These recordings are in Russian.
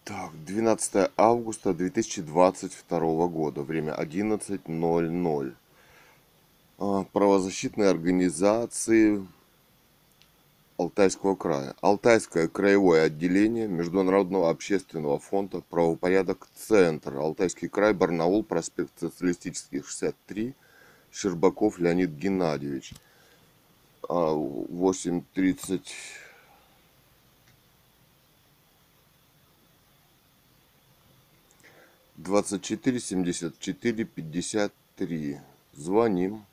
Так, 12 августа 2022 года, время 11:00. Правозащитные организации Алтайского края. Алтайское краевое отделение Международного общественного фонда «Правопорядок. Центр». Алтайский край, Барнаул, проспект Социалистический, 63. Щербаков Леонид Геннадьевич. 8:30. 24 74 53. Звоним.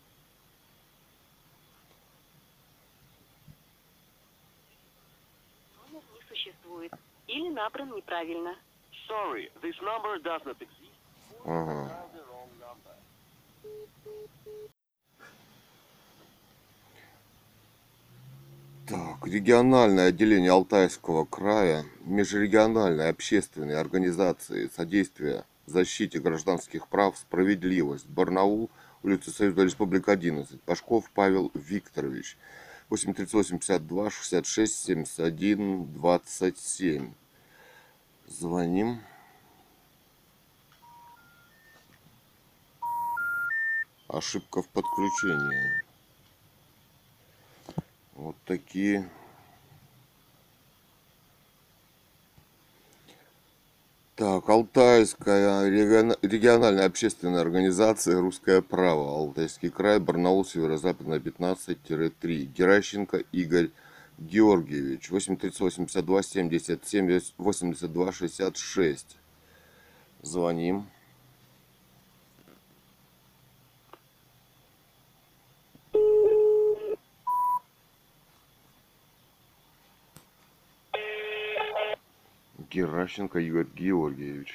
Номер не существует или набран неправильно. Sorry, this number does not exist. Ага. The wrong number. Так, региональное отделение Алтайского края, межрегиональной общественной организации содействия защите гражданских прав «Справедливость», Барнаул, улица Союза Республика 11, Пашков Павел Викторович, 838-56-71-27. Звоним. Ошибка в подключении. Вот такие. Так, Алтайская региональная общественная организация «Русское право», Алтайский край, Барнаул, Северо-Западная, 15-3. Геращенко Игорь Георгиевич, 838-82-77-82-66. Звоним. Геращенко Игорь Георгиевич.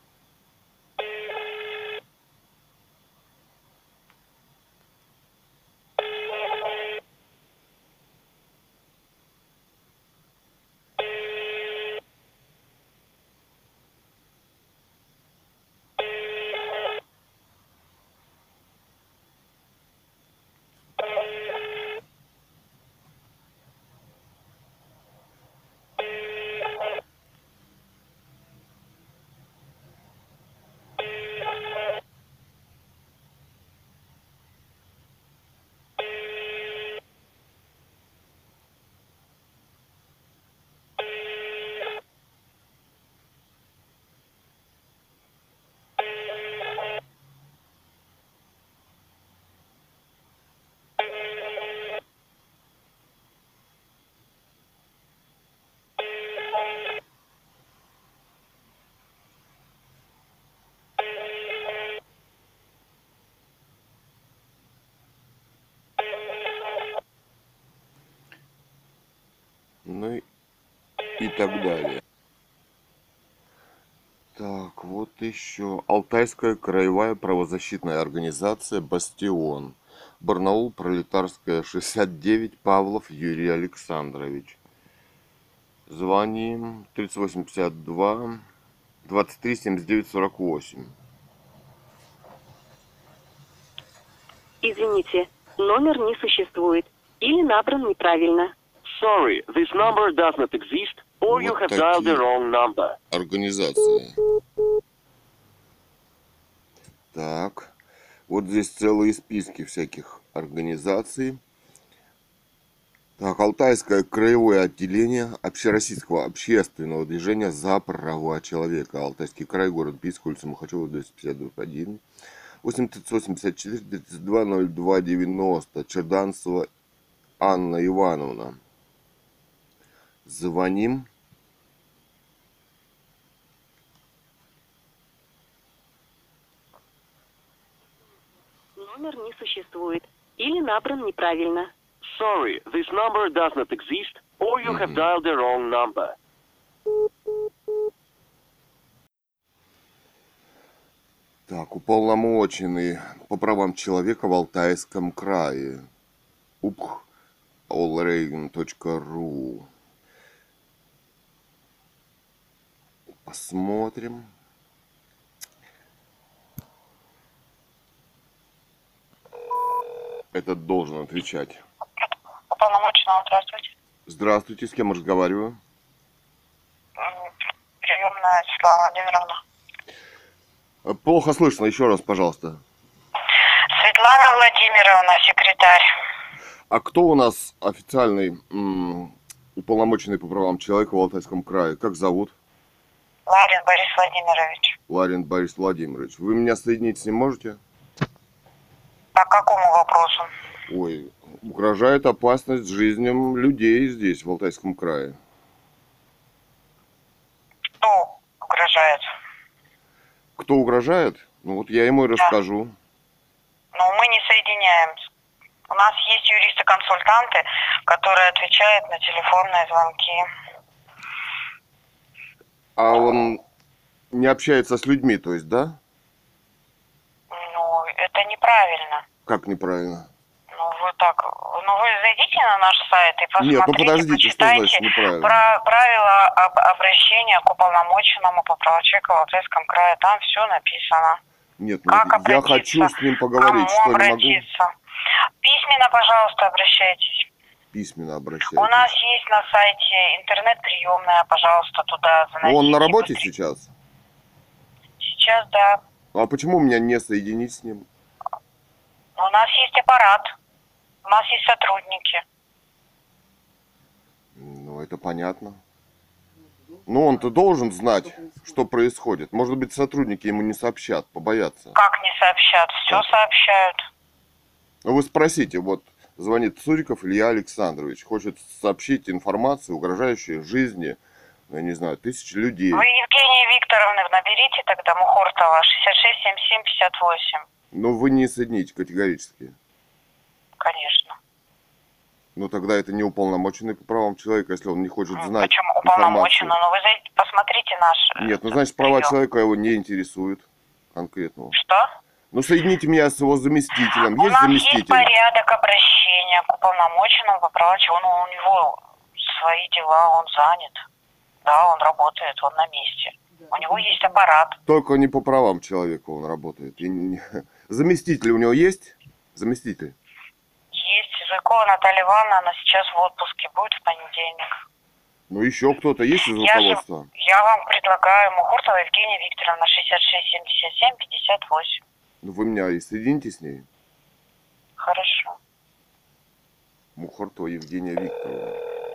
Ну и так далее. Так, вот еще. Алтайская краевая правозащитная организация «Бастион». Барнаул, Пролетарская, 69, Павлов Юрий Александрович. Звоним. 3852 23 79 48. Извините, номер не существует или набран неправильно. Sorry, this number does not exist, or you Вот have dialed the такие wrong number. организации. Так, вот здесь целые списки всяких организаций. Так, Алтайское краевое отделение Общероссийского общественного движения за права человека. Алтайский край, город Бийск, улица Мухачева, 251. 884 32 02 90. Черданцева Анна Ивановна. Звоним. Номер не существует или набран неправильно. Sorry, this number does not exist, or you have dialed the wrong number. Так, уполномоченный по правам человека в Алтайском крае. upallreign.ru. Посмотрим. Этот должен отвечать. Уполномоченного, здравствуйте. Здравствуйте, с кем разговариваю? Прием приемная, Светлана Владимировна. Плохо слышно, еще раз, пожалуйста. Светлана Владимировна, секретарь. А кто у нас официальный уполномоченный по правам человека в Алтайском крае? Как зовут? Ларин Борис Владимирович. Ларин Борис Владимирович. Вы меня соединить с ним можете? По какому вопросу? Ой, угрожает опасность жизням людей здесь, в Алтайском крае. Кто угрожает? Кто угрожает? Ну вот я ему и расскажу. Ну, мы не соединяем. У нас есть юристы-консультанты, которые отвечают на телефонные звонки. А он не общается с людьми, то есть, да? Ну, это неправильно. Как неправильно? Ну, вы зайдите на наш сайт и посмотрите, Нет, ну подождите, что значит почитайте неправильно? правила обращения к уполномоченному по правам человека в Алтайском крае. Там все написано. Нет, Как ну, я обратиться? хочу с ним поговорить, Кому что не могу? обратиться? Письменно, пожалуйста, обращайтесь. Письменно обращайтесь. У нас есть на сайте интернет-приемная, пожалуйста, туда заносите. Он на работе сейчас? Сейчас, да. А почему меня не соединить с ним? У нас есть аппарат, у нас есть сотрудники. Ну, это понятно. Но он-то должен знать, что происходит. Может быть, сотрудники ему не сообщат, побоятся. Как не сообщат? Все сообщают. Ну, вы спросите, вот звонит Цуриков Илья Александрович, хочет сообщить информацию, угрожающую жизни, я не знаю, тысяч людей. Вы Евгения Викторовны наберите тогда, Мухортова, 66 77 58. Но вы не соедините категорически. Конечно. Ну, тогда это не уполномоченный по правам человека, если он не хочет знать Почему информацию. уполномоченно? Но вы зайдите, посмотрите наш... Нет, ну, значит, права прием. человека его не интересуют конкретного. Что? Ну, соедините меня с его заместителем. У Есть нас заместитель? есть порядок обращения к уполномоченному по правам человека. У него свои дела, он занят. Да, он работает, он на месте. У него есть аппарат. Только не по правам человека он работает. Заместитель у него есть? Заместитель? Есть. Зыкова Наталья Ивановна, она сейчас в отпуске, будет в понедельник. Ну, еще кто-то есть из руководства? Я вам предлагаю Мухортова Евгения Викторовна, 66 77 58. Ну, вы меня и соедините с ней. Хорошо. Мухортова Евгения Викторовна.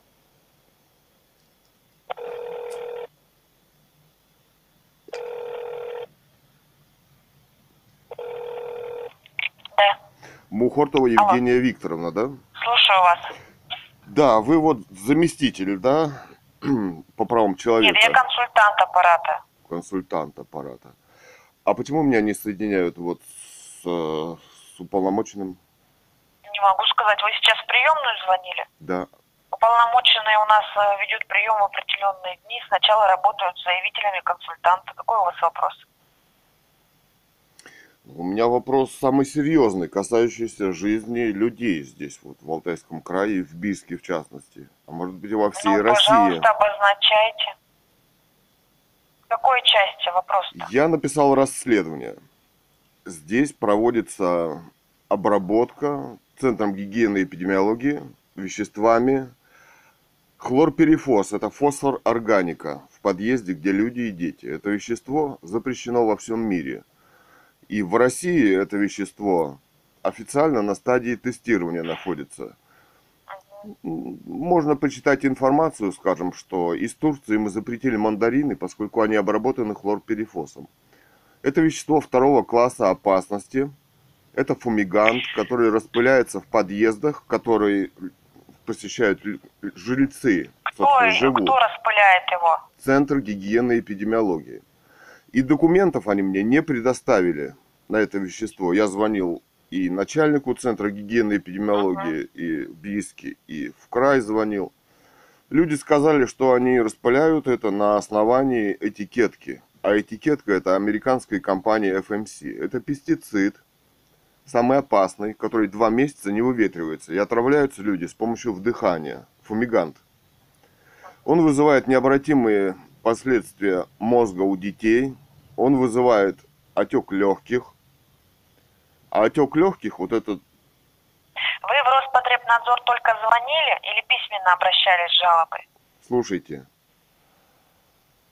Да. Мухортова Евгения Викторовна, да? Слушаю вас. Да, вы вот заместитель, да? По правам человека. Нет, я консультант аппарата. Консультант аппарата. А почему меня не соединяют вот с уполномоченным? Не могу сказать. Вы сейчас в приемную звонили? Да. Уполномоченные у нас ведут прием в определенные дни. Сначала работают с заявителями консультанта. Какой у вас вопрос? У меня вопрос самый серьезный, касающийся жизни людей здесь, вот в Алтайском крае и в Бийске в частности. А может быть и во всей России. Пожалуйста, обозначайте. В какой части вопрос-то? Я написал расследование. Здесь проводится обработка Центром гигиены и эпидемиологии веществами хлорперифос. Это фосфор органика в подъезде, где люди и дети. Это вещество запрещено во всем мире. И в России это вещество официально на стадии тестирования находится. Можно почитать информацию, скажем, что из Турции мы запретили мандарины, поскольку они обработаны хлорперифосом. Это вещество второго класса опасности. Это фумигант, который распыляется в подъездах, который посещают жильцы. Собственно, живут. Кто распыляет его? Центр гигиены и эпидемиологии. И документов они мне не предоставили на это вещество. Я звонил и начальнику Центра гигиены и эпидемиологии, и в Бийске, и в край звонил. Люди сказали, что они распыляют это на основании этикетки. А этикетка — это американской компании FMC. Это пестицид, самый опасный, который 2 месяца не выветривается. И отравляются люди с помощью вдыхания. Фумигант. Он вызывает необратимые последствия мозга у детей. Он вызывает отек легких. А отек легких, вот этот... Вы в Роспотребнадзор только звонили или письменно обращались с жалобой? Слушайте.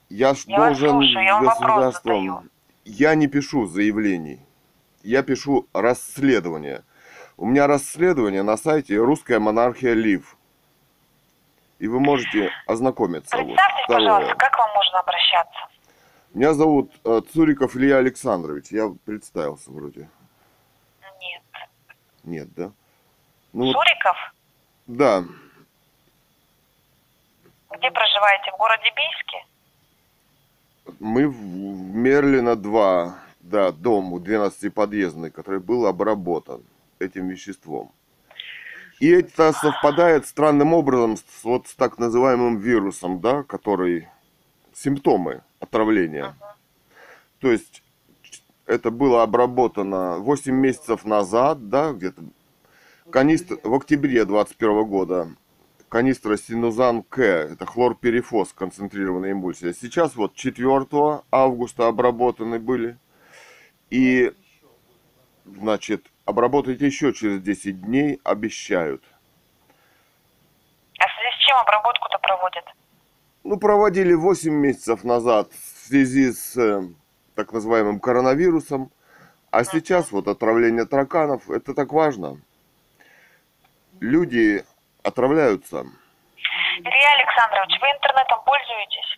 Я ж Я вас должен слушаю, я вам вопрос государством... задаю. Я не пишу заявлений. Я пишу расследование. У меня расследование на сайте «Русская монархия Лив». И вы можете ознакомиться. Вот. Представьтесь, Второе. пожалуйста, как вам можно обращаться? Меня зовут Цуриков Илья Александрович. Я представился вроде. Нет. Нет, да? Ну, вот, Суриков? да. Где проживаете? В городе Бийске? Мы в Мерлина 2. Да, дом 12-подъездный, который был обработан этим веществом. И это совпадает странным образом с так называемым вирусом, да, который... Симптомы отравления. То есть это было обработано 8 месяцев назад, да, где-то в октябре 2021 года. Канистра Синузан К, это хлорперифос, концентрированная эмульсия. Сейчас вот 4 августа обработаны были. И, значит, обработать еще через 10 дней обещают. А в связи с чем обработку-то проводят? Ну, проводили 8 месяцев назад в связи с так называемым коронавирусом. А сейчас вот отравление тараканов, это так важно. Люди отравляются. Илья Александрович, вы интернетом пользуетесь?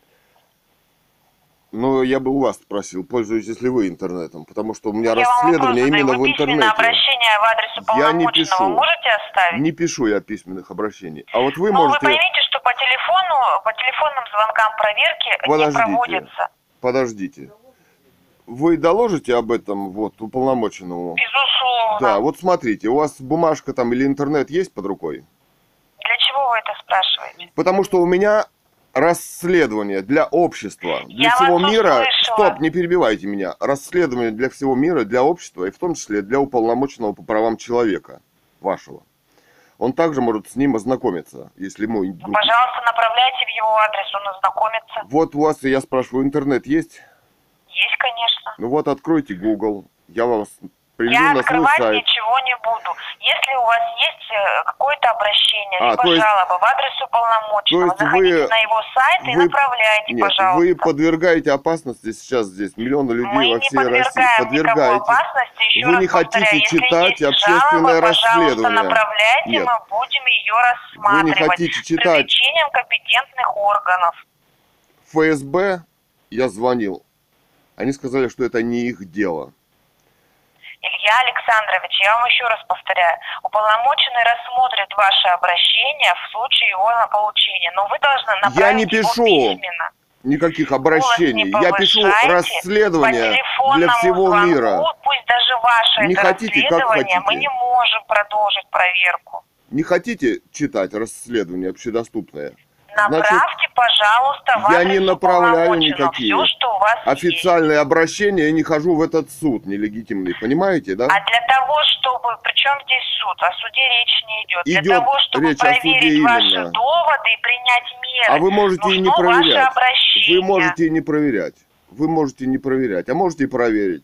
Но я бы у вас спросил, пользуетесь ли вы интернетом, потому что у меня Я вам расследование вопрос именно задаю. в Вы письменное интернете. обращение в адрес Я не уполномоченного пишу. можете оставить? Не пишу я письменных обращений. А вот вы Но вы можете... поймите, что по телефонным звонкам проверки не проводятся. Подождите. Вы доложите об этом вот уполномоченному? Безусловно. Да, вот смотрите, у вас бумажка там или интернет есть под рукой? Для чего вы это спрашиваете? Потому что у меня расследование для общества, для Я всего вас мира. услышала. Стоп, не перебивайте меня. Расследование для всего мира, для общества и в том числе для уполномоченного по правам человека вашего. Он также может с ним ознакомиться, если ему вдруг... Пожалуйста, направляйте в его адрес, он ознакомится. Вот у вас, я спрашиваю, интернет есть? Есть, конечно. Ну вот, откройте Google. Я вас приведу Я на свой открывать сайт. ничего не буду. Если у вас есть какое-то обращение, либо то есть- жалоба в адрес уполномоченного, то есть заходите вы- на его сайт и вы- направляйте, Нет, пожалуйста. вы подвергаете опасности сейчас здесь миллионы людей Мы во не всей России. подвергаем никакой опасности. Еще Вы раз не повторяю, хотите если читать есть общественное жалоба, расследование. пожалуйста, направляйте, Нет. мы будем ее рассматривать. Вы не хотите С читать. привлечением компетентных органов. ФСБ я звонил. Они сказали, что это не их дело. Илья Александрович, я вам еще раз повторяю, уполномоченный рассмотрит ваше обращение в случае его получения, но вы должны направить Я не его пишу письменно. никаких обращений. Голос не Я пишу повышайте. расследование По для телефонному всего звонку, мира. пусть даже ваше Не это хотите, как расследование, мы хотите. не можем продолжить проверку. Не хотите читать расследование общедоступное? Направьте, пожалуйста, в я адрес не направляю уполномоченного никакие. все, что у вас есть. Официальные обращения, я не хожу в этот суд нелегитимный, понимаете, да? А для того, чтобы... Причем здесь суд? О суде речь не идет. Для Идет того, чтобы речь о суде проверить ваши именно. доводы и принять меры, А вы можете и не нужно ваше проверять. обращение. Вы можете и не проверять. Вы можете не проверять, а можете и проверить.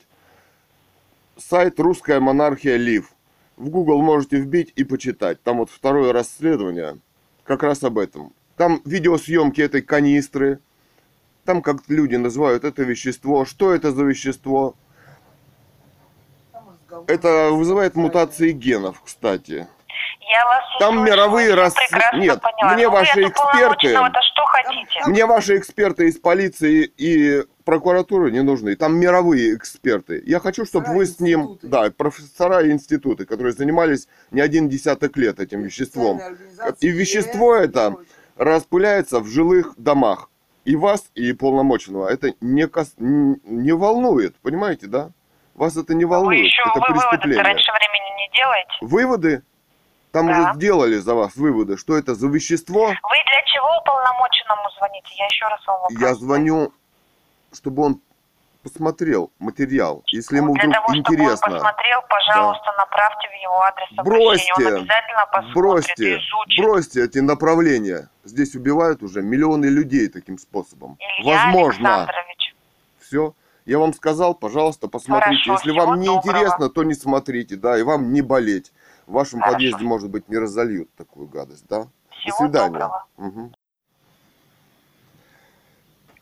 Сайт «Русская монархия Лив». В Google можете вбить и почитать. Там вот второе расследование как раз об этом. Там видеосъемки этой канистры. Там как люди называют это вещество. Что это за вещество? Это вызывает мутации генов, кстати. Я вас Там услышала, мировые я расследования. прекрасно Нет, поняла. мне Ну, вы ваши от уполномоченного-то эксперты... что хотите? Мне ваши эксперты из полиции и прокуратуры не нужны. Там мировые эксперты. Я хочу, чтобы вы с ним... Да, профессора и институты, которые занимались не один десяток лет этим веществом. И вещество это распыляется в жилых домах. И вас, и полномоченного это не волнует. Понимаете, да? Вас это не Вы волнует. еще Это выводы преступление. раньше времени не делаете? Выводы? Там Да. уже сделали за вас выводы, что это за вещество. Вы для чего уполномоченному звоните? Я еще раз вам вопрос Я звоню, чтобы он посмотрел материал, если ему Для вдруг того, чтобы он интересно. посмотрел, пожалуйста, направьте в его адрес обращения. Он Бросьте, обязательно посмотрит, бросьте, изучит. бросьте эти направления. Здесь убивают уже миллионы людей таким способом. Илья Возможно. Александрович, Все. Я вам сказал, пожалуйста, посмотрите. Хорошо, Если вам не всего доброго. интересно, то не смотрите, да, и вам не болеть. В вашем Хорошо. подъезде, может быть, не разольют такую гадость, да? Всего До свидания. доброго. Мгм.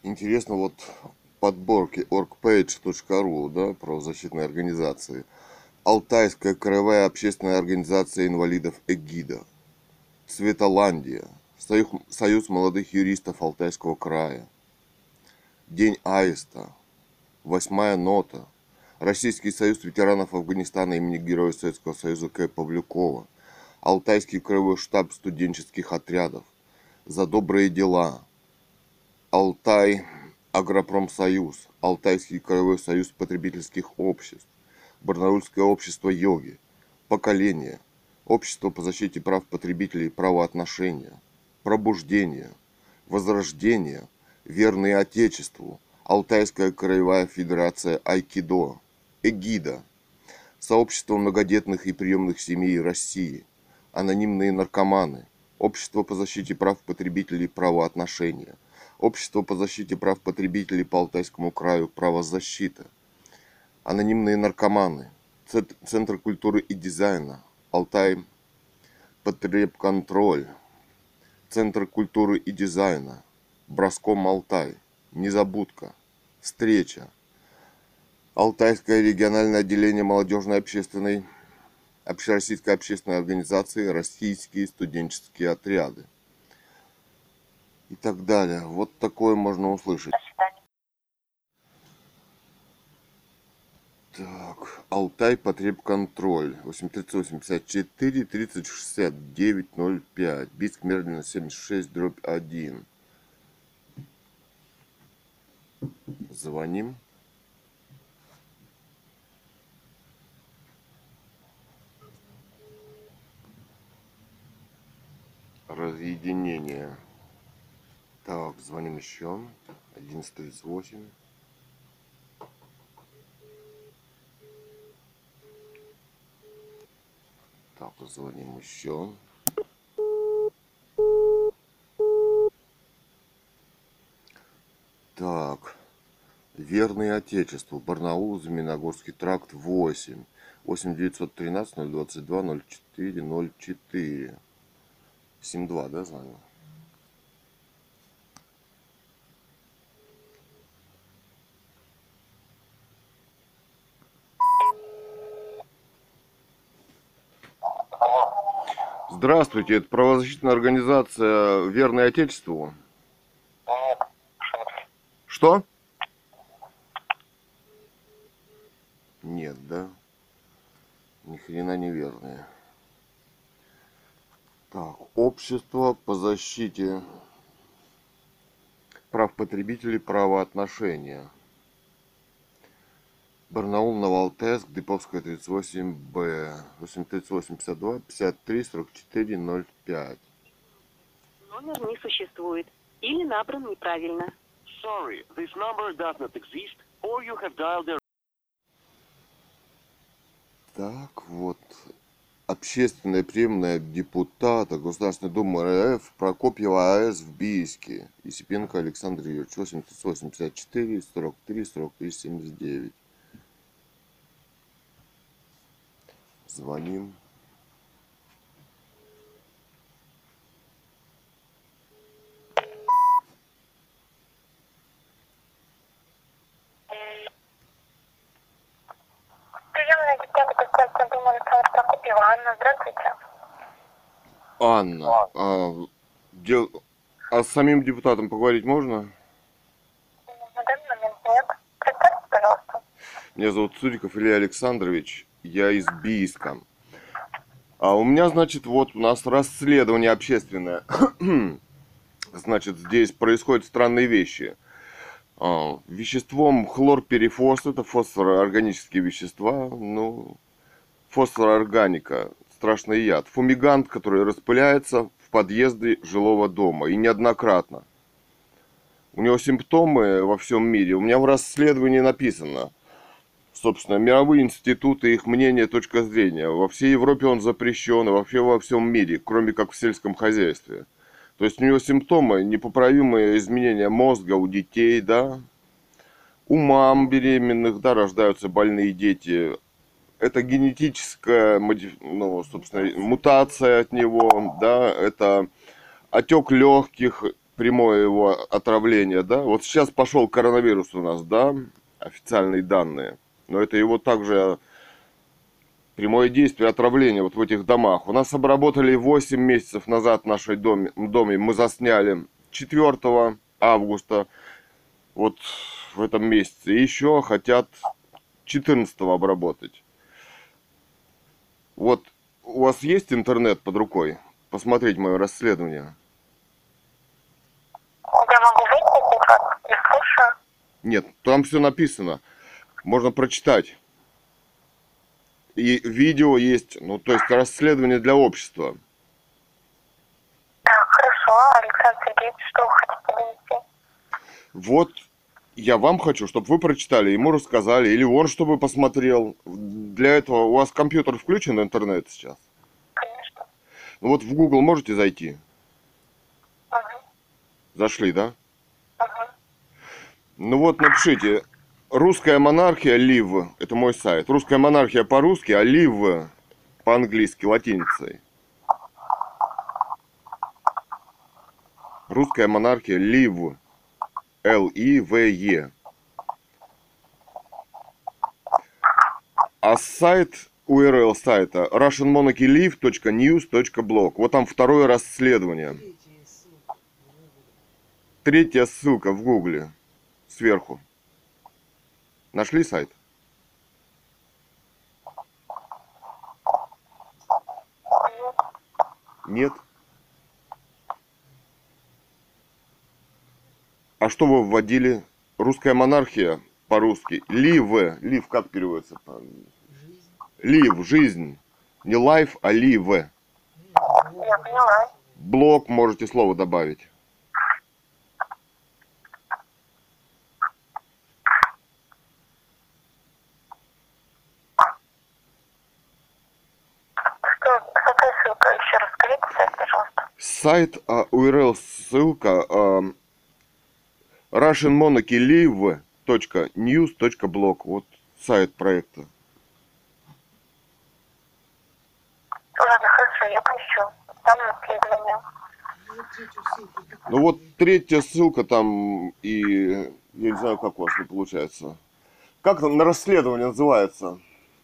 Интересно, вот подборки orgpage.ru, да, правозащитной организации. Алтайская краевая общественная организация инвалидов «Эгида». Цветоландия. Союз молодых юристов Алтайского края. День аиста. Восьмая нота. Российский союз ветеранов Афганистана имени Героя Советского Союза К. Павлюкова. Алтайский краевой штаб студенческих отрядов. За добрые дела. Алтай Агропромсоюз. Алтайский краевой союз потребительских обществ. Барнаульское общество йоги. Поколение. Общество по защите прав потребителей и правоотношения. Пробуждение. Возрождение. Верные Отечеству. Алтайская краевая федерация айкидо. Эгида. Сообщество многодетных и приемных семей России. Анонимные наркоманы. Общество по защите прав потребителей и правоотношения. Общество по защите прав потребителей по Алтайскому краю. Правозащита. Анонимные наркоманы. Центр культуры и дизайна. Алтай Потребконтроль. Центр культуры и дизайна. Броском Алтай. Незабудка. Встреча. Алтайское региональное отделение молодежной общероссийской общественной организации «Российские студенческие отряды». И так далее. Вот такое можно услышать. До свидания. Так, Алтай Потребконтроль. 83854 3069 05. Бийск, Мерлина 76/1. Звоним. Разъединение. Так, звоним еще. 1138. Так, звоним еще. Так. Верный Отечеству. Барнаул, Змеиногорский тракт 8. 8913 022 04 04. 72, да, звонил? Здравствуйте, это правозащитная организация «Верное Отечеству». Что? Нет, да? Ни хрена не верное. Так, общество по защите прав потребителей, правоотношения. Барнаул, Новоалтайск, Деповская 38Б, 83852 53 44 05. Номер не существует или набран неправильно. Sorry, this number does not exist, or you have dialed the... Так, вот. Общественная приемная депутата Государственной Думы РФ Прокопьева АЭС в Бийске. Есипенко Александр Юрьевич, 884 43 43 79. Звоним. Приемная депутата Государственной Думы Александра Прокопьева. Анна, здравствуйте. Анна, а с самим депутатом поговорить можно? На данный момент нет. Представьте, пожалуйста. Меня зовут Цуриков Илья Александрович, я из Бийска. А у меня, значит, вот у нас расследование общественное. Значит, здесь происходят странные вещи. Веществом хлорперифос, это фосфороорганические вещества, ну, фосфороорганика, страшный яд. Фумигант, который распыляется в подъезде жилого дома, и неоднократно. У него симптомы во всем мире. У меня в расследовании написано, собственно, мировые институты, их мнение, точка зрения. Во всей Европе он запрещен, и вообще во всем мире, кроме как в сельском хозяйстве. То есть у него симптомы, непоправимые изменения мозга у детей, да. У мам беременных, да, рождаются больные дети. Это генетическая, ну, собственно, мутация от него, да. Это отек легких, прямое его отравление, да? Вот сейчас пошел коронавирус у нас, да? Официальные данные. Но это его также прямое действие отравления вот в этих домах. У нас обработали 8 месяцев назад в нашей доме. Мы засняли 4 августа. Вот в этом месяце. И еще хотят 14 обработать. Вот у вас есть интернет под рукой? Посмотреть мое расследование. Я могу выслушать и слушаю. Нет, там все написано. Можно прочитать. И видео есть, ну, то есть расследование для общества. Так, хорошо. Александр Сергеевич, что вы хотите донести? Вот я вам хочу, чтобы вы прочитали, ему рассказали, или он чтобы посмотрел. Для этого у вас компьютер включен, интернет сейчас? Конечно. Ну вот в Google можете зайти? Угу. Зашли, да? Угу. Ну вот напишите «Русская монархия Лив». Это мой сайт. «Русская монархия» по-русски, а «Лив» по-английски, латиницей. «Русская монархия Лив». L-I-V-E. А сайт, URL сайта russianmonarchylive.news.blog. Вот там второе расследование. Третья ссылка в гугле. Сверху. Нашли сайт? Нет? А что вы вводили? Русская монархия по-русски. Лив. Лив как переводится? Лив. Жизнь. Не лайф, а лив. Я поняла. Блог можете слово добавить. Какая ссылка? Еще раз скажите, сайт, пожалуйста. Сайт, URL ссылка russianmonarchylive.news.blog. Вот сайт проекта. Ладно, хорошо, я поищу. Там расследование. Ну вот третья ссылка там, и я не знаю, как у вас не получается. Как там на расследование называется?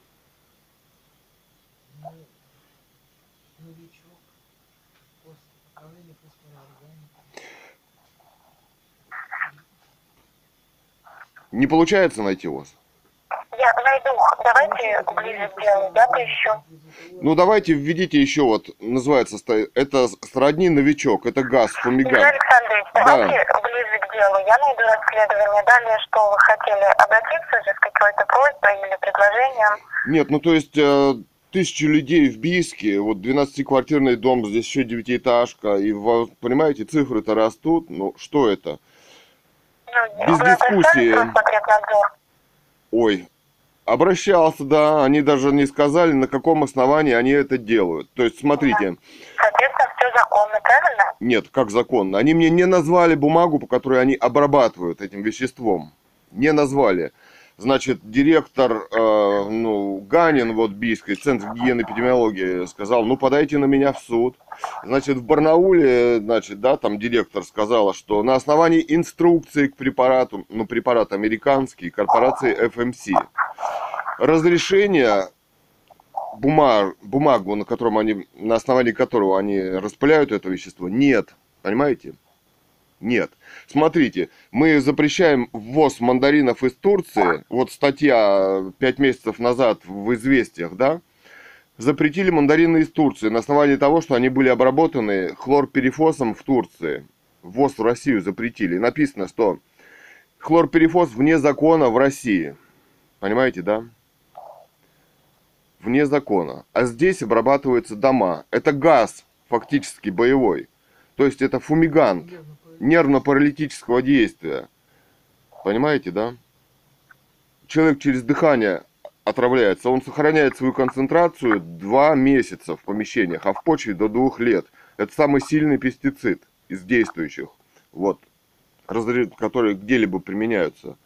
Не получается найти вас? Я найду. Давайте ближе сделаю, да, поищу. Ну давайте введите еще вот, называется, это сродни новичок, это газ, Юрий фумиган. Александрович, давайте ближе к делу. Я найду расследование. Далее, что вы хотели, обратиться же с какой-то просьбой или предложением? Нет, ну то есть 1000 людей в Бийске, вот 12-квартирный дом, здесь еще 9-этажка, и понимаете, цифры-то растут, ну что это? Без Вы дискуссии. обращались в Роспотребнадзор? Ой, обращался, да, они даже не сказали, на каком основании они это делают. То есть, смотрите. Соответственно, все законно, правильно? Нет, как законно. Они мне не назвали бумагу, по которой они обрабатывают этим веществом. Не назвали. Значит, директор, Ганин, вот Бийский, Центр гигиены и эпидемиологии, сказал, ну, подайте на меня в суд. Значит, в Барнауле, значит, да, там директор сказала, что на основании инструкции к препарату, ну, препарат американский, корпорации FMC, разрешение, бумагу, на основании которого они распыляют это вещество, нет. Понимаете? Нет. Смотрите, мы запрещаем ввоз мандаринов из Турции. Вот статья 5 месяцев назад в «Известиях», да? Запретили мандарины из Турции на основании того, что они были обработаны хлорперифосом в Турции. Ввоз в Россию запретили. Написано, что хлорперифос вне закона в России. Понимаете, да? Вне закона. А здесь обрабатываются дома. Это газ, фактически боевой. То есть это фумигант нервно-паралитического действия. Понимаете, да? Человек через дыхание отравляется. Он сохраняет свою концентрацию 2 месяца в помещениях, а в почве до 2 лет. Это самый сильный пестицид из действующих, вот, которые где-либо применяются.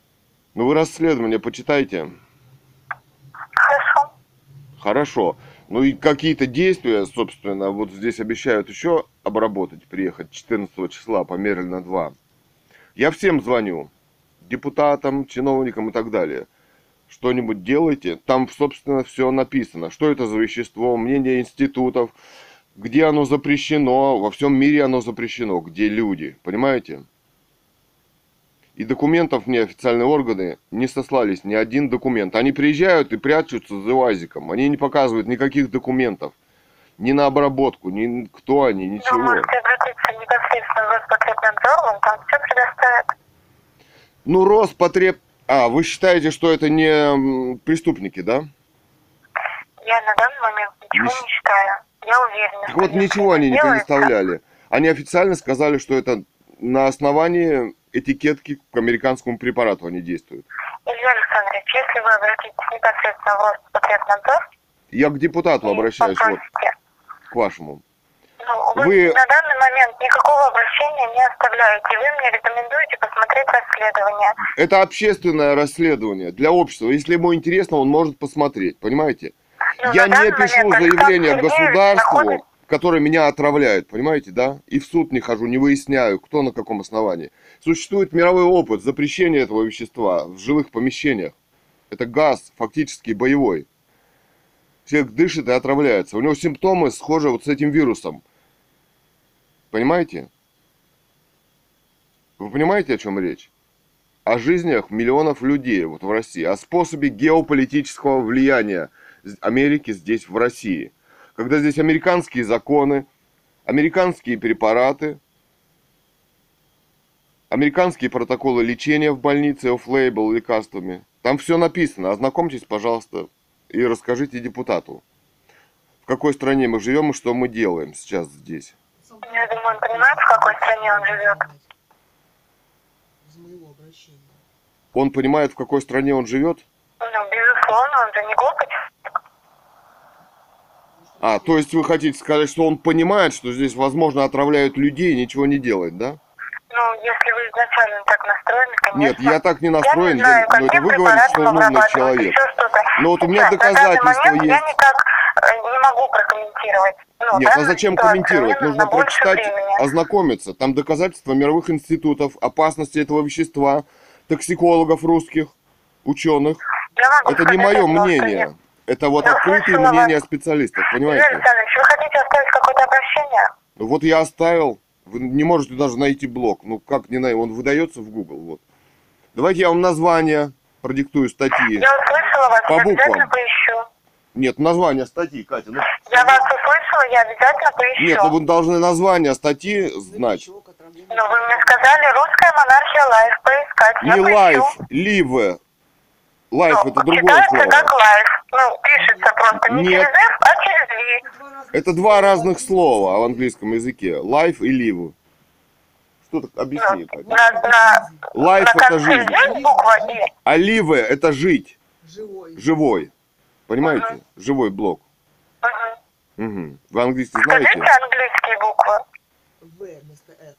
Ну вы расследование почитайте. Хорошо. Хорошо. Ну и какие-то действия, собственно, вот здесь обещают еще обработать, приехать 14 числа по Мерлина-2. Я всем звоню, депутатам, чиновникам и так далее. Что-нибудь делайте. Там, собственно, все написано. Что это за вещество, мнение институтов, где оно запрещено, во всем мире оно запрещено, где люди, понимаете? И документов мне официальные органы не сослались, ни один документ. Они приезжают и прячутся за УАЗиком. Они не показывают никаких документов. Ни на обработку, ни кто они, Вы ничего. можете обратиться непосредственно в Роспотребнадзор, вам там все предоставят. Ну, Роспотреб... А, вы считаете, что это не преступники, да? Я на данный момент ничего Не не считаю. Я уверена, Так что вот, если ничего они не делается- предоставляли. Они официально сказали, что это на основании этикетки к американскому препарату они действуют. Илья Александрович, если вы обратитесь непосредственно в Роспотребнадзор Я к депутату и обращаюсь, вот, попросите, к вашему. ну, вы Вы- на данный момент никакого обращения не оставляете. Вы мне рекомендуете посмотреть расследование. Это общественное расследование для общества. Если ему интересно, он может посмотреть, понимаете? Но Я на не данный пишу момент заявление Александр Сергеевич государству, находится- которое меня отравляет, понимаете, да? И в суд не хожу, не выясняю, кто на каком основании. Существует мировой опыт запрещения этого вещества в жилых помещениях. Это газ, фактически боевой. Человек дышит и отравляется. У него симптомы схожи вот с этим вирусом. Понимаете? Вы понимаете, о чем речь? О жизнях миллионов людей вот в России, о способе геополитического влияния Америки здесь, в России. Когда здесь американские законы, американские препараты, американские протоколы лечения в больнице, офф-лейбл лекарствами. Там все написано. Ознакомьтесь, пожалуйста, и расскажите депутату, в какой стране мы живем и что мы делаем сейчас здесь. Я думаю, он понимает, в какой стране он живет. Из моего обращения. Он понимает, в какой стране он живет? Ну, безусловно, он же не глупый. А, то есть вы хотите сказать, что он понимает, что здесь, возможно, отравляют людей и ничего не делает, да? Ну, если вы изначально так настроены, Нет, конечно. я так не Я настроен, не знаю, но это каким вы говорите, что он препаратом умный обрабатывают, человек. еще что-то. Но вот у меня Сейчас, на данный доказательства момент есть. Я никак не могу прокомментировать. Ну, Нет, а данную зачем ситуацию. комментировать? Мне Нужно больше прочитать, времени. ознакомиться. Там доказательства мировых институтов, опасности этого вещества, токсикологов русских, ученых. Я могу Это не сказать мое одно, что мнение. Это вот Я открытые услышала мнения вас. специалистов, Юрий понимаете? Александрович, вы хотите оставить какое-то обращение? Ну вот я оставил. Вы не можете даже найти блог. Ну как не найти? Он выдается в Google. Вот. Давайте я вам название продиктую статьи. Я услышала вас, По я буквам. обязательно поищу. Нет, название статьи, Катя. Ну, Я вас услышала, я обязательно поищу. нет, ну вы должны название статьи знать. Чего к отравлению? Но вы мне сказали, русская монархия лайф поискать. Я Не поищу. лайф, ливе. Лайф Ну, это другое читается слово. как лайф. Ну, пишется просто не Нет. через F, а через V. Это два разных слова в английском языке. Life и live. Что так? Объясни, Катя. На Life на это конце жизнь. есть буква И. А live это жить. Живой. Живой. Понимаете? Живой блок. Угу. Угу. Вы английский Скажите знаете? английские буквы. В вместо F.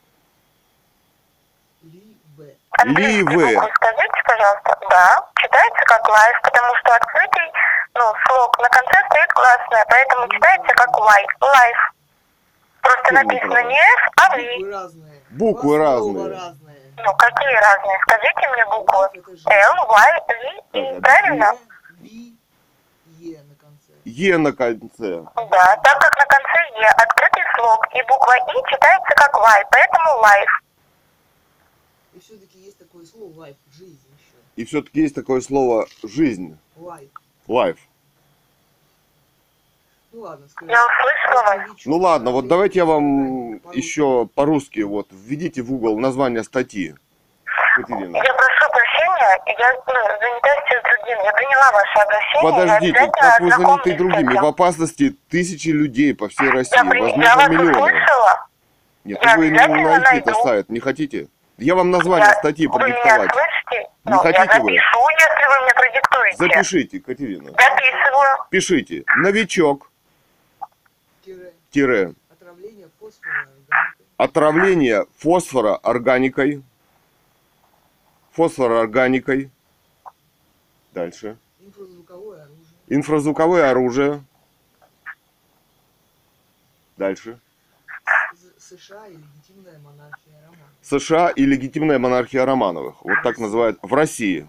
Ли, В. Английские Ливы. буквы скажите, пожалуйста. Да, читается как лайф, потому что открытый, ну, слог на конце стоит гласная, поэтому читается как лайф. Лайф. Просто Что написано неправильно? не F, а V. Буквы разные. Буквы Два слова разные. разные. Ну, какие разные? Скажите мне буквы. Лайф это жизнь. L, Y, V, И. Так, Правильно? Ви, Е на конце. Е на конце. Да, так как на конце Е открытый слог и буква И читается как лайф, поэтому лайф. И все-таки есть такое слово лайф, жизнь еще. И все-таки есть такое слово жизнь. Лайф. Life. Ну ладно, скажи. Я услышала вас. Ну ладно, вот давайте я вам еще по-русски вот введите в Google название статьи. Катерина. Я прошу прощения, я занята сейчас другим. Я приняла ваше обращение. Подождите, я как вы обязательно заняты ознакомлюсь с другими? этим. В опасности тысячи людей по всей России, Я возможно, вас миллионы. услышала. Нет, я вы не обязательно найти это найду. сайт, не хотите? Я вам название статьи Вы меня продиктовать. слышите? Не Ну, хотите я вы? запишу, если вы мне продиктуете. Запишите, Катерина. Записываю. Пишите. Новичок. Тире. Тире. Отравление фосфора органикой. Отравление фосфора органикой. Фосфороорганикой. Дальше. Инфразвуковое оружие. Инфразвуковое оружие. Дальше. США и легитимная монархия Романовых. США и легитимная монархия Романовых. Вот так называют в России.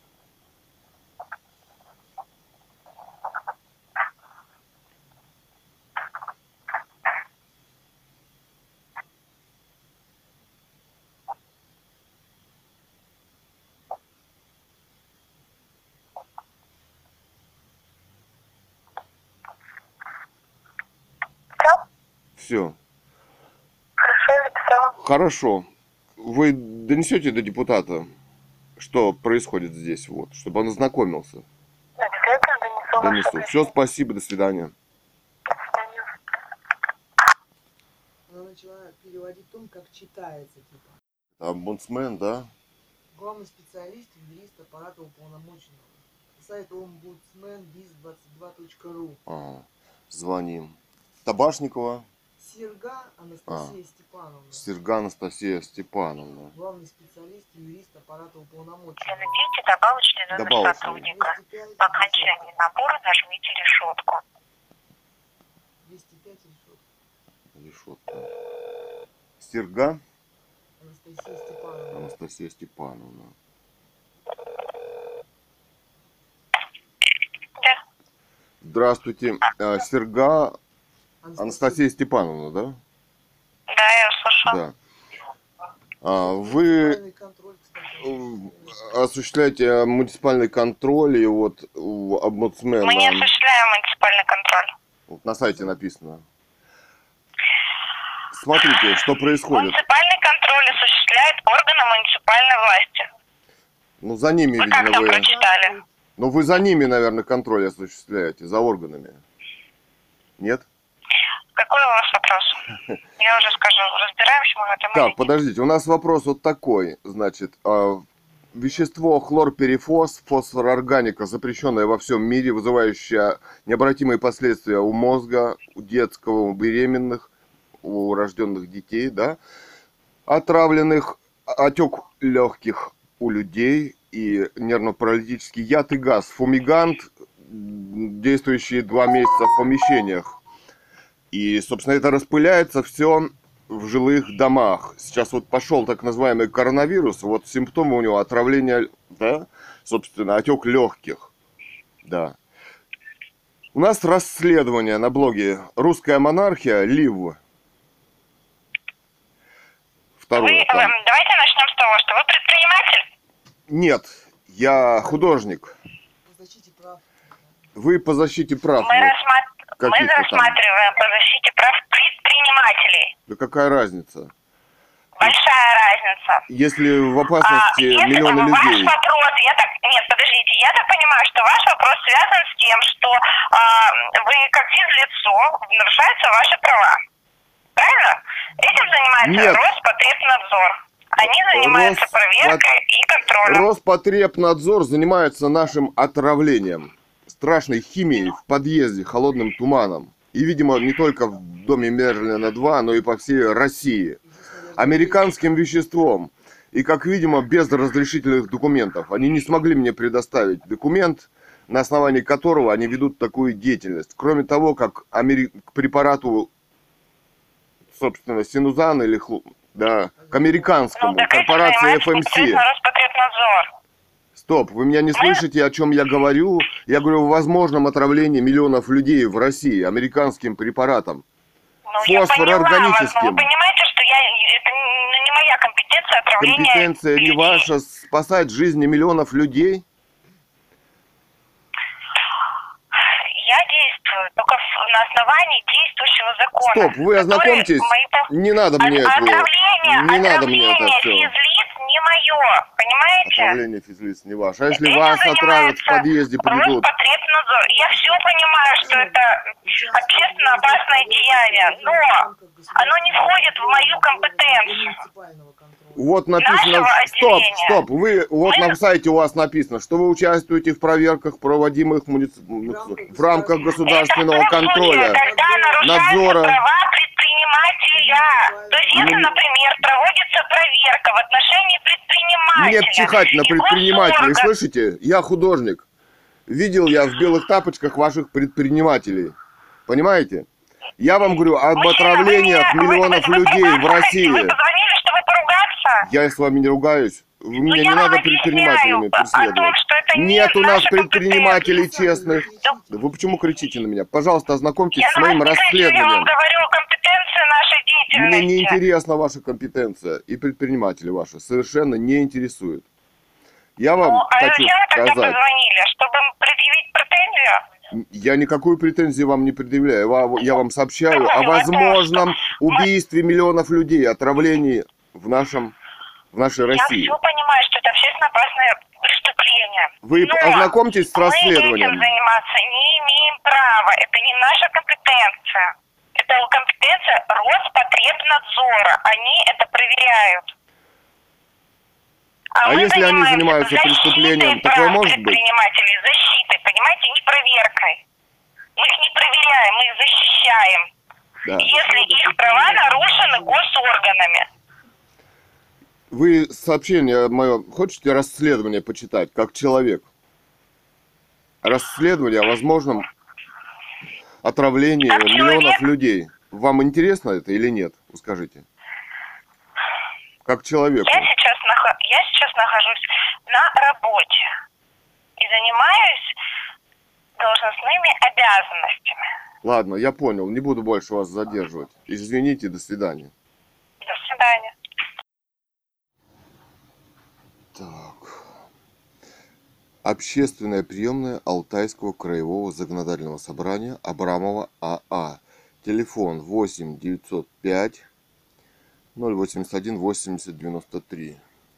Все. Хорошо, я записала. Хорошо. Вы донесете до депутата, что происходит здесь, вот, чтобы он ознакомился. Обязательно донесу. Донесу. Все, спасибо, до свидания. До свидания. Она начала переводить том, как читается, типа. Омбудсмен, да? Главный специалист, юрист аппарата уполномоченного. Сайт ombudsmanbiz22.ru. Ага. Звоним. Табашникова. Серга Анастасия Степановна. Серга Анастасия Степановна. Главный специалист, юрист аппарата уполномоченного. Введите добавочный номер Добавочный. сотрудника. 205 По окончании набора нажмите решетку. 205 решетка. Решетка. Серга Анастасия Степановна. Анастасия Степановна. Да. Здравствуйте. Серга Анастасия Степановна, да? Да, я услышала. Да. Вы Муниципальный контроль, кстати. осуществляете муниципальный контроль, и вот у омбудсмена Мы не осуществляем муниципальный контроль. вот на сайте написано. Смотрите, что происходит. Муниципальный контроль осуществляет органы муниципальной власти. Ну, за ними, Вы как видно, там вы... прочитали? Ну, вы за ними, наверное, контроль осуществляете, за органами. Нет? Какой у вас вопрос? Я уже скажу, разбираемся мы в этом или Так, нет. подождите, у нас вопрос вот такой, значит, вещество хлорперифос, фосфорорганика, запрещенное во всем мире, вызывающее необратимые последствия у мозга, у детского, у беременных, у рожденных детей, да, отравленных, отек легких у людей и нервно-паралитический яд и газ, фумигант, действующий 2 месяца в помещениях. И, собственно, это распыляется все в жилых домах. Сейчас вот пошел так называемый коронавирус, вот симптомы у него отравление, да, собственно, отек легких, да. У нас расследование на блоге «Русская монархия», Лив. Второе там. Давайте начнем с того, что вы предприниматель. Нет, я художник. По защите прав. Вы по защите прав. Мы вот, каких-то там. рассматриваем по защите прав предпринимателей. Да какая разница? Большая разница. Если в опасности Если миллионы ваш людей. вопрос, нет, подождите, я так понимаю, что ваш вопрос связан с тем, что вы как физлицо нарушаются ваши права. Правильно? Этим занимается Нет. Роспотребнадзор. Они занимаются проверкой и контролем. Роспотребнадзор занимается нашим отравлением. Страшной химией в подъезде, холодным туманом. И, видимо, не только в доме Мерлина 2, но и по всей России. Американским веществом. И, как видимо, без разрешительных документов. Они не смогли мне предоставить документ, на основании которого они ведут такую деятельность. Кроме того, как к препарату, собственно, Синузан или да, к американскому, так корпорации этим занимается FMC. непосредственно Роспотребнадзор. Стоп, вы меня не слышите, о чем я говорю? Я говорю о возможном отравлении миллионов людей в России американским препаратом. Ну, я поняла вас, но вы Фосфорорганическим. понимаете, что это не моя компетенция отравления Компетенция не людей. ваша спасать жизни миллионов людей? Я действую только на основании действующего закона. Стоп, вы ознакомьтесь. Не надо мне этого. Не надо мне это все. Физлиц не мое, понимаете? Отравление физлиц не ваше. А если Этим вас отравят в занимается подъезде, придут? Роспотребнадзор. Я все понимаю, что это общественно опасное деяние, но оно не входит в мою компетенцию. Муниципального контроля. Вот написано, Нашего отделения. стоп, вы, вот на сайте у вас написано, что вы участвуете в проверках, проводимых в рамках государственного Это в том контроля, случае, когда нарушаются надзора. права предпринимателя. То есть, если, например, проводится проверка в отношении предпринимателя. Мне чихать на и предпринимателей, госорган- слышите? Я художник. Видел я в белых тапочках ваших предпринимателей. Понимаете? Я вам говорю об отравлениях миллионов людей в России. Вы позвонили, чтобы поругаться? Я с вами не ругаюсь. Вы меня я не вам надо объясняю предпринимателями о том, преследовать. что это не Нет у нас наша предпринимателей честных. Да. Вы почему кричите на меня? Пожалуйста, ознакомьтесь Я с моим на вас не кричу, я вам расследованием. говорю о компетенции нашей деятельности. Мне не интересна ваша компетенция, и предприниматели ваши совершенно не интересуют. Я вам Ну, а хочу зачем вы тогда сказать, позвонили? Чтобы предъявить претензию? я никакую претензию вам не предъявляю. Я вам сообщаю о возможном убийстве миллионов людей, отравлении в нашей России. Я все понимаю, что это общественно опасное преступление. Вы Но ознакомьтесь с мы расследованием. этим заниматься не имеем права. Это не наша компетенция. Это компетенция Роспотребнадзора. Они это проверяют. А мы если они занимаются защитой преступлением, прав такое может быть? предпринимателей, защитой, понимаете, не проверкой. Мы их не проверяем, мы их защищаем. Да. Если их права нарушены госорганами. Вы сообщение мое, хотите расследование почитать, как человек? Расследование о возможном отравлении Как миллионов человек? людей. Вам интересно это или нет? Вы скажите. Как человеку. Я сейчас нахожусь на работе и занимаюсь должностными обязанностями. Ладно, я понял, не буду больше вас задерживать. Извините, до свидания. До свидания. Так. Общественная приемная Алтайского краевого законодательного собрания Абрамова АА. Телефон 8 905 081 80 93.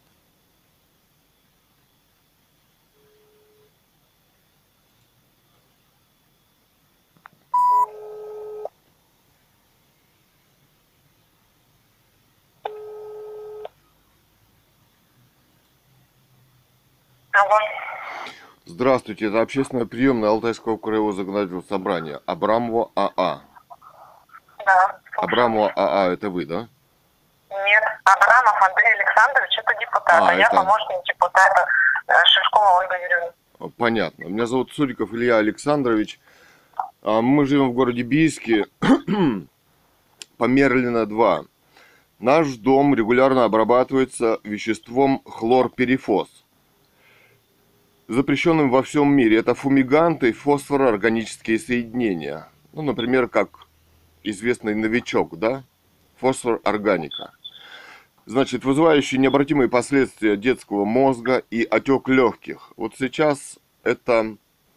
Алло. Здравствуйте, это общественная приемная Алтайского краевого законодательного собрания Абрамова АА. Да. Абрамова АА, это вы, да? Нет, Абрамов Андрей Александрович, это депутат, А, я это- помощник депутата Шишкова Ольга Юрьевна. Понятно. Меня зовут Суриков Илья Александрович. Мы живем в городе Бийске, по Мерлина 2. Наш дом регулярно обрабатывается веществом хлорперифос, запрещенным во всем мире. Это фумиганты и фосфороорганические соединения. Ну, например, как известный новичок, да? Фосфор-органика. Значит, вызывающий необратимые последствия детского мозга и отек легких. Вот сейчас это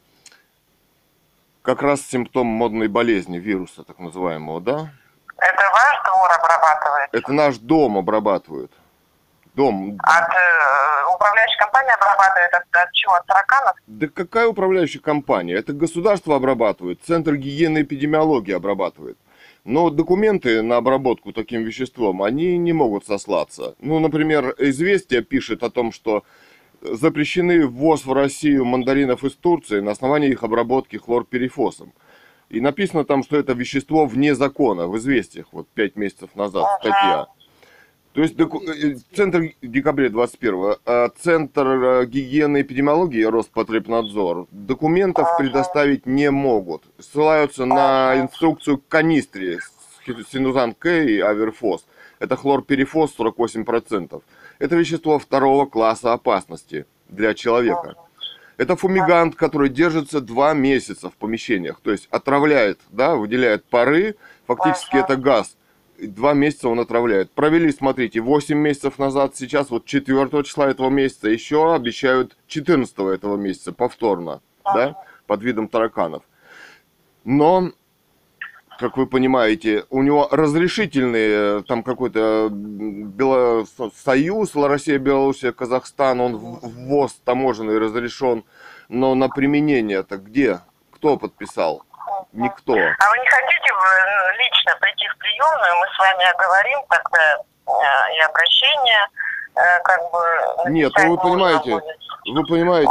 как раз симптом модной болезни, вируса так называемого, да? Это ваш двор обрабатывает? Это наш дом обрабатывает. Дом. Управляющая компания обрабатывает от чего? От тараканов? Да какая управляющая компания? Это государство обрабатывает, Центр гигиены и эпидемиологии обрабатывает. Но документы на обработку таким веществом, они не могут сослаться. Ну, например, «Известия» пишет о том, что запрещены ввоз в Россию мандаринов из Турции на основании их обработки хлорперифосом. И написано там, что это вещество вне закона, в «Известиях», вот 5 месяцев назад статья. То есть Центр декабря 21-го, Центр гигиены и эпидемиологии Роспотребнадзор документов предоставить не могут. Ссылаются на инструкцию к канистре Синузан К и Аверфос. Это хлорперифос 48%. Это вещество второго класса опасности для человека. Это фумигант, который держится 2 месяца в помещениях. То есть отравляет, да, выделяет пары, фактически это газ. 2 месяца он отравляет. Провели, смотрите, 8 месяцев назад, сейчас вот 4 числа этого месяца, еще обещают 14 этого месяца повторно, да, под видом тараканов. Но, как вы понимаете, у него разрешительный, там какой-то Союз, Россия, Белоруссия, Казахстан, он ввоз таможенный разрешен, но на применение-то где? Кто подписал? Никто. А вы не хотите лично прийти в приемную, мы с вами оговорим тогда и обращение, как бы... Нет, ну вы понимаете,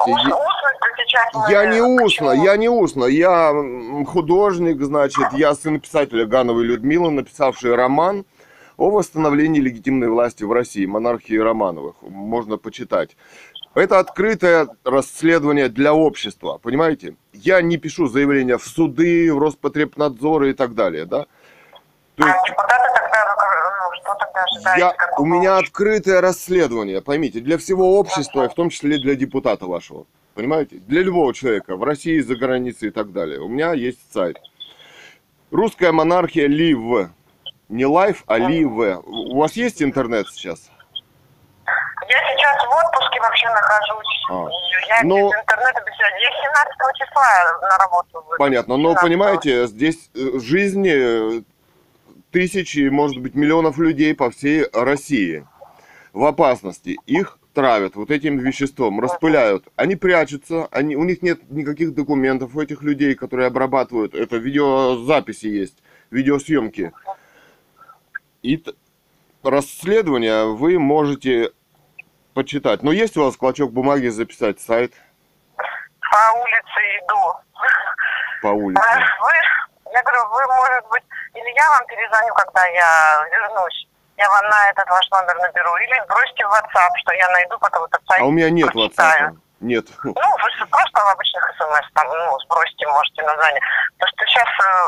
я не устно, я художник, значит, я сын писателя Гановой Людмилы, написавший роман о восстановлении легитимной власти в России, монархии Романовых, можно почитать. Это открытое расследование для общества, понимаете? Я не пишу заявления в суды, в Роспотребнадзор и так далее, да? То есть депутаты тогда, ну, что тогда ожидаете? у меня открытое расследование, поймите, для всего общества, и в том числе для депутата вашего. Понимаете? Для любого человека, в России, за границей и так далее. У меня есть сайт. Русская монархия Лив. Не лайв, а Лив. У вас есть интернет сейчас? Я сейчас в отпуске вообще нахожусь. Я Но- без интернета, без всего. Я 17 числа на работу выйду. Понятно, но 17-го. понимаете, здесь жизни тысячи, может быть, миллионов людей по всей России в опасности. Их травят вот этим веществом, распыляют. Они прячутся, у них нет никаких документов у этих людей, которые обрабатывают. Это видеозаписи есть, видеосъемки. И расследование вы можете почитать. Но есть у вас клочок бумаги записать сайт По улице иду. по улице? Я говорю, вы, может быть, или я вам перезвоню, когда я вернусь. Я вам на этот ваш номер наберу. Или бросьте в WhatsApp, что я найду, потом этот сайт А у меня нет прочитаю. WhatsApp. Нет. Ну, вы же просто в обычных смс там, ну, сбросьте, можете название. Потому что сейчас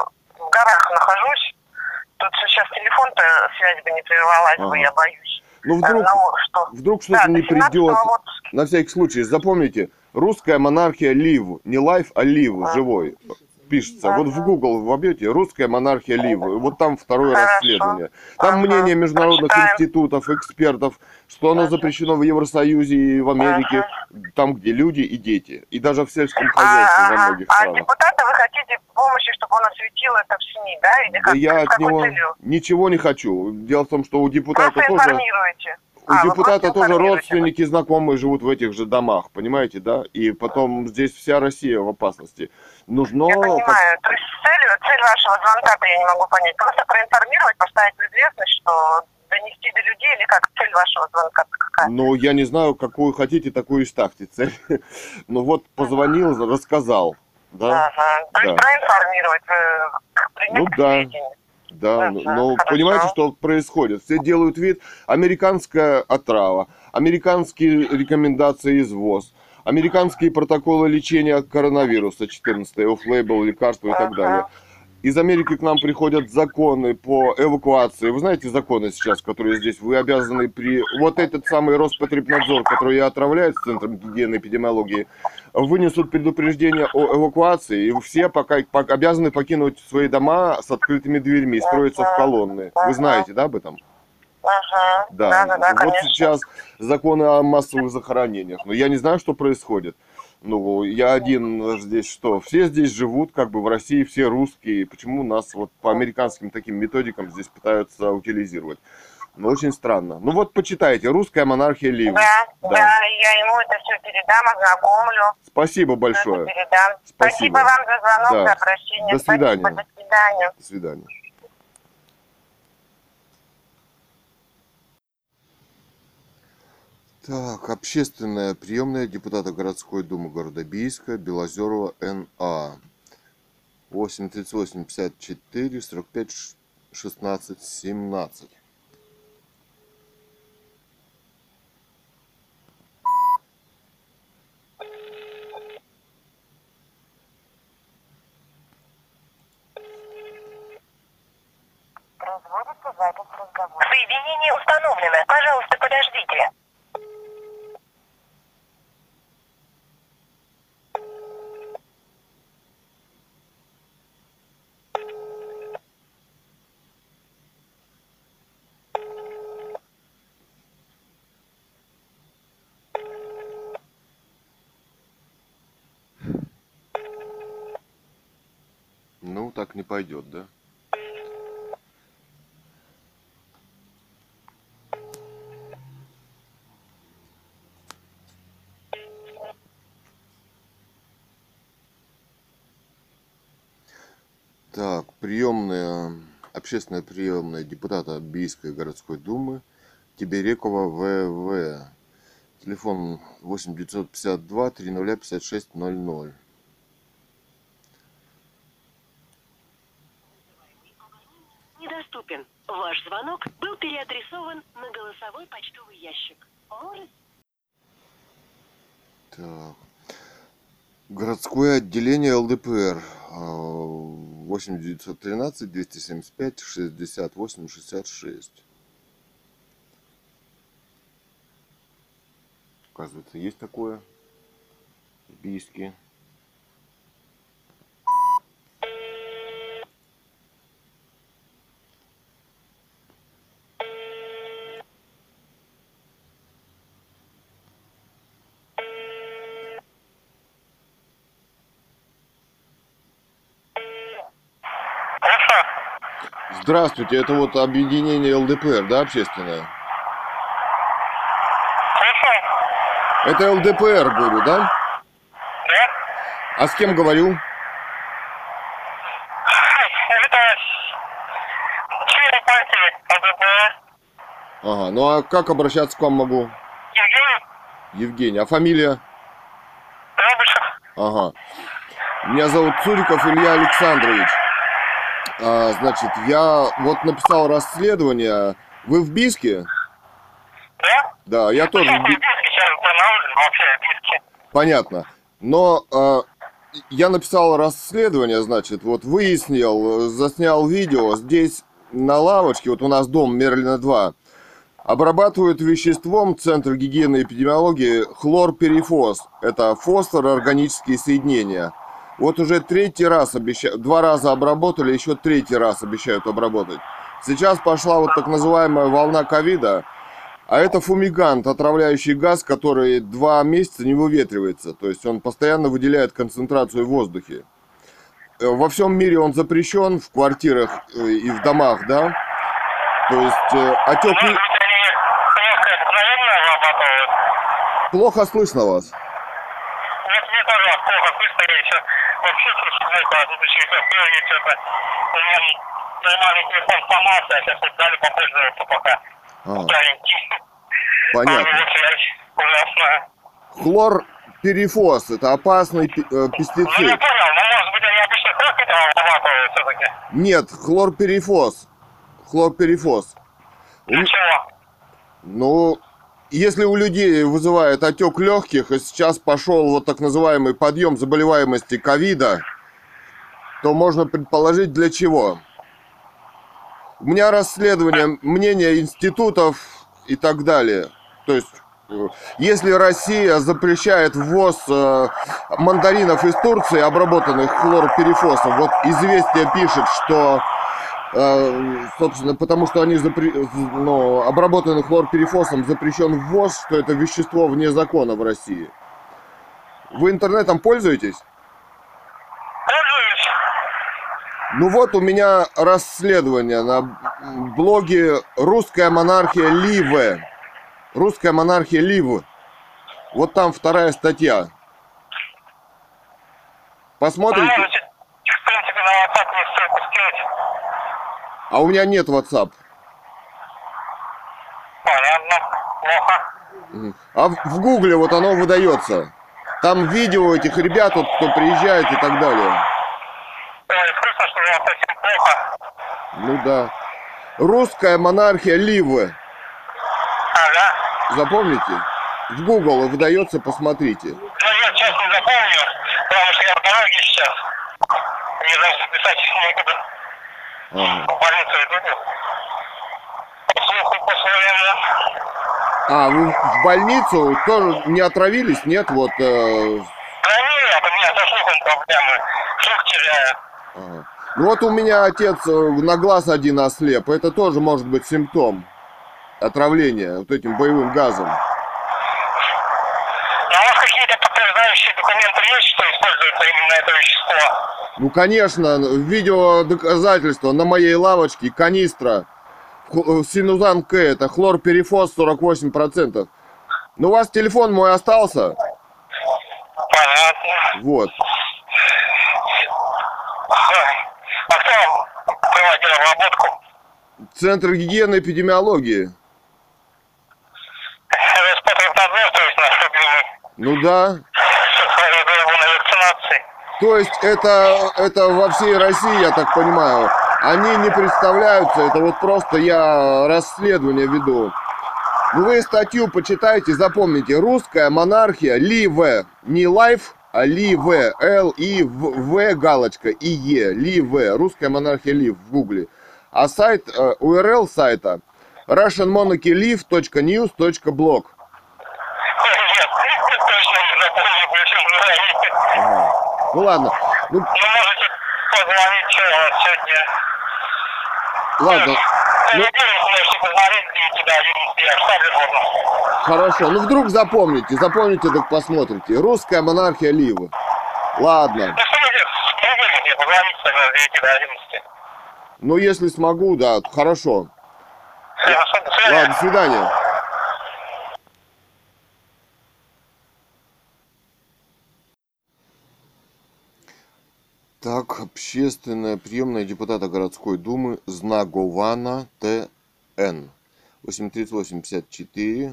в горах нахожусь. Тут сейчас телефон-то связь бы не прервалась бы, я боюсь. Ну, вдруг что-то Да, не до 17-го придет. в отпуске. На всякий случай, запомните, русская монархия Лив. Не лайв, а Лив, живой. Пишется. Вот в Google вобьете русская монархия Лив. И вот там второе Хорошо. расследование. Там мнение международных Прочитаем. институтов, экспертов, что оно запрещено в Евросоюзе и в Америке, там, где люди и дети. И даже в сельском хозяйстве во многих А странах. депутата вы хотите помощи, чтобы он осветил это в СМИ, да? Или Да как, я с от какой него целью? ничего не хочу. Дело в том, что у депутата Просто тоже... информируете. У вы депутата просто тоже информируете. родственники, знакомые живут в этих же домах, понимаете, да? И потом здесь вся Россия в опасности. Нужно... Я понимаю. То есть цель вашего звонка-то я не могу понять. Просто проинформировать, поставить в известность, что донести до людей, или как цель вашего звонка-то какая? Ну, я не знаю, какую хотите, такую и ставьте цель. Ну вот, позвонил, рассказал, да? Ага. То есть Да. проинформировать, принять Ну к да. сведению. Да, Ага, но хорошо. понимаете, что происходит? Все делают вид, американская отрава, американские рекомендации из ВОЗ, американские протоколы лечения коронавируса 14, офф-лейбл, лекарства и так далее. Из Америки к нам приходят законы по эвакуации. Вы знаете законы сейчас, которые здесь? Вы обязаны при... Вот этот самый Роспотребнадзор, который отравляет с Центром гигиены и эпидемиологии, вынесут предупреждение о эвакуации, и все пока обязаны покинуть свои дома с открытыми дверьми, строиться в колонны. Вы знаете, да, об этом? Ага. Да. Да, Вот конечно. сейчас законы о массовых захоронениях. Но я не знаю, что происходит. Ну, я один здесь что? Все здесь живут, как бы в России, все русские. Почему нас вот по американским таким методикам здесь пытаются утилизировать? Ну, очень странно. Ну, вот почитайте. Русская монархия Лив. Да, я ему это все передам, ознакомлю. Спасибо Всё большое. это передам. Спасибо вам за звонок, Да. за обращение. До свидания. Спасибо, до свидания. До свидания. Так, общественная приемная депутата городской думы города Бийска Белозерова Н.А. 838 54 45 16 17. Производится запись разговора. Соединение установлено. Пожалуйста, подождите. Ну, так не пойдет, да? Так, общественная приемная депутата Бийской городской думы Тиберекова ВВ. Телефон 8 952 30 56 00. Недоступен. Ваш звонок был переадресован на голосовой почтовый ящик. Так. Городское отделение ЛДПР. 8913 275 68 66. Оказывается, есть такое. В Бийске. Здравствуйте, это вот объединение ЛДПР, да, общественное? Это ЛДПР, говорю, да? Да? А с кем говорю? Это член партии ЛДПР. Ага, ну а как обращаться к вам могу? Евгений Евгений, а фамилия? Рябышев. Ага. Меня зовут Цуриков Илья Александрович. Значит, я вот написал расследование. Вы в Бийске? Да? Да, я тоже в Бийске. Сейчас на улице, вообще в Бийске. Понятно. Но я написал расследование, значит, вот выяснил, заснял видео. Здесь на лавочке, вот у нас дом Мерлина 2, обрабатывают веществом Центр гигиены и эпидемиологии хлорперифос. Это фосфорорганические соединения. Вот уже третий раз обещают, 2 раза обработали, еще третий раз обещают обработать. Сейчас пошла вот так называемая волна ковида, а это фумигант, отравляющий газ, который 2 месяца не выветривается. То есть он постоянно выделяет концентрацию в воздухе. Во всем мире он запрещен в квартирах и в домах, да? То есть отек... Плохо слышно вас. Нет, мне тоже плохо слышно, я еще вообще слышу звук, а тут еще и что-то. У меня нормальный телефон сломался, а сейчас вот дали попользоваться пока. Старенький. Понятно. Ужасно. Хлорперифос – это опасный Ну, пестицид. я понял, но может быть они обычно хлорки там обрабатывают все-таки. Нет, хлорперифос. Хлорперифос. Для чего? Ну, если у людей вызывает отек легких, и сейчас пошел вот так называемый подъем заболеваемости ковида, то можно предположить, для чего. У меня расследование, мнения институтов и так далее. То есть, если Россия запрещает ввоз мандаринов из Турции, обработанных хлорперифосом, вот «Известия» пишет, что, собственно, потому что они обработаны хлорперифосом, запрещен ввоз, что это вещество вне закона в России. Вы интернетом пользуетесь? Пользуюсь. Ну вот у меня расследование на блоге «Русская монархия Ливе». «Русская монархия Ливе». Вот там 2-я статья. Посмотрите. Можете, в принципе, на WhatsApp мне ссылку скинуть. А у меня нет WhatsApp. Понятно. Плохо. А в Гугле вот оно выдается. Там видео этих ребят, вот, кто приезжает и так далее. Ой, слышно, что у меня совсем плохо. Ну да. «Русская монархия Ливе». Ага. Запомните? В Google выдается, посмотрите. Ну, я сейчас не запомню, потому что я в дороге сейчас. Мне даже писать некуда. Ага. В больницу иду. По слуху, по своему. А, вы в больницу тоже не отравились? Нет, вот... Да нет, у меня со слухом проблемы. Слух теряю. Ага. Ну вот у меня отец на глаз один ослеп. Это тоже может быть симптом отравления вот этим боевым газом. Ну, а у вас какие-то подтверждающие документы есть, что используется именно это вещество? Ну, конечно, видео доказательства на моей лавочке, канистра. Синузан К, это хлорперифос 48%. Ну, у вас телефон мой остался? Понятно. Вот. А кто проводил обработку? Центр гигиены и эпидемиологии. Роспотребнадзор, то есть наш любимый. Ну да. Со своей долбанной вакцинацией. То есть это во всей России, я так понимаю. Они не представляются, это вот просто я расследование веду. Ну вы статью почитайте, запомните. «Русская монархия Ливе». Не лайф, Ли-В, Л-И-В, галочка, И-Е, Ли-В, русская монархия Лив в гугле. А сайт, URL сайта russianmonarchylive.news.blog. Нет, точно не запомнил, больше не говорите. Ага. Ну ладно. Ну, Ну, можете позвонить, что у вас сегодня... ладно. В Ну, понедельник можете позвонить, 9 до 11, я в штабе буду. хорошо. Ну вдруг запомните, так посмотрите. Русская монархия Ливы. Ладно. Ну, что вы в понедельник мне позвоните тогда с 9 до 11. Ну если смогу, да, хорошо. Хорошо, до свидания. Ладно, до свидания. Так, общественная приемная депутата городской думы Знагована Т.Н. 838-54,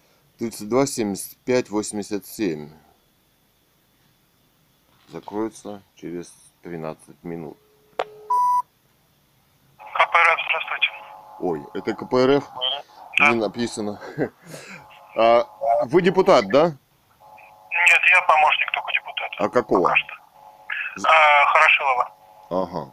32-75-87. Закроется через 13 минут. КПРФ, здравствуйте. Ой, это КПРФ? Не написано. А, вы депутат, да? Нет, я помощник только депутата. А какого? Пока что. Хорошилова. Ага.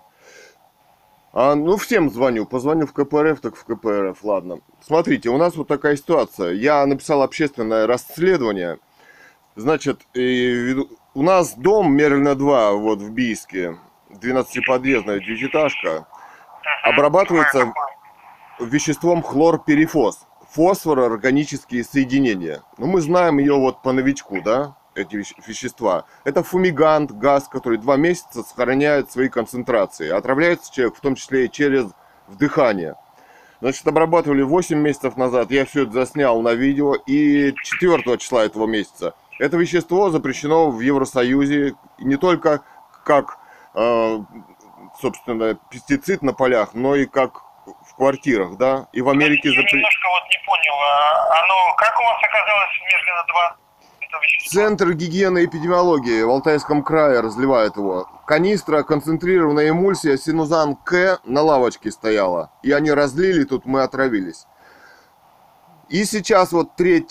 Ну, всем звоню. Позвоню в КПРФ, так в КПРФ. Ладно. Смотрите, у нас вот такая ситуация. Я написал общественное расследование. Значит, у нас дом Мерлина 2, вот в Бийске, 12-подъездная девятиэтажка, обрабатывается веществом хлорперифос. Фосфороорганические соединения. Ну, мы знаем ее вот по новичку, да? Эти вещества. Это фумигант, газ, который 2 месяца сохраняет свои концентрации. Отравляется человек, в том числе и через вдыхание. Значит, обрабатывали 8 месяцев назад. Я все это заснял на видео. И 4 числа этого месяца. Это вещество запрещено в Евросоюзе. И не только как, собственно, пестицид на полях, но и как в квартирах, да? И в Америке Я немножко вот не понял. Оно как у вас оказалось в Мерлина 2? Центр гигиены и эпидемиологии в Алтайском крае разливает его. Канистра, концентрированная эмульсия Синузан К на лавочке стояла. И они разлили, тут мы отравились. И сейчас вот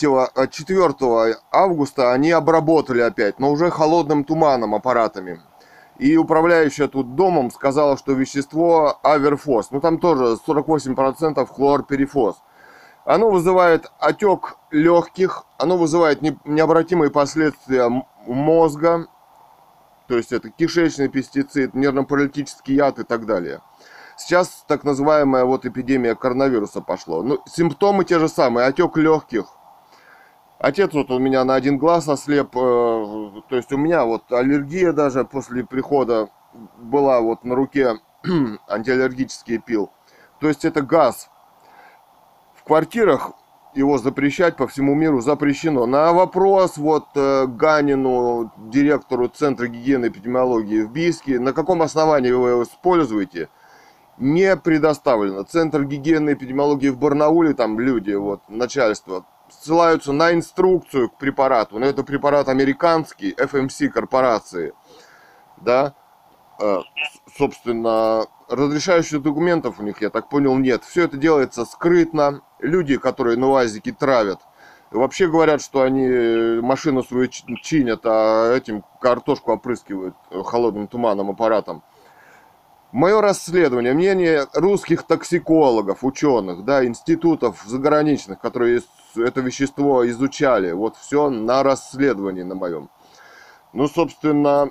4 августа они обработали опять, но уже холодным туманом аппаратами. И управляющая тут домом сказала, что вещество аверфос. Ну там тоже 48% хлорперифос. Оно вызывает отек легких, оно вызывает необратимые последствия мозга, то есть это кишечный пестицид, нервно-паралитический яд и так далее. Сейчас так называемая вот эпидемия коронавируса пошло. Ну, симптомы те же самые, отек легких. Отец вот у меня на один глаз ослеп, то есть у меня вот аллергия даже после прихода была вот на руке, антиаллергический пил. То есть это газ. В квартирах его запрещать по всему миру запрещено. На вопрос вот Ганину, директору Центра гигиены и эпидемиологии в Бийске, на каком основании вы его используете, не предоставлено. Центр гигиены и эпидемиологии в Барнауле, там люди, вот начальство, ссылаются на инструкцию к препарату. Но это препарат американский, FMC корпорации, да, собственно, разрешающих документов у них, я так понял, нет. Все это делается скрытно. Люди, которые на УАЗике травят, вообще говорят, что они машину свою чинят, а этим картошку опрыскивают холодным туманным аппаратом. Мое расследование, мнение русских токсикологов, ученых, да, институтов заграничных, которые это вещество изучали, вот все на расследовании на моем. Ну, собственно,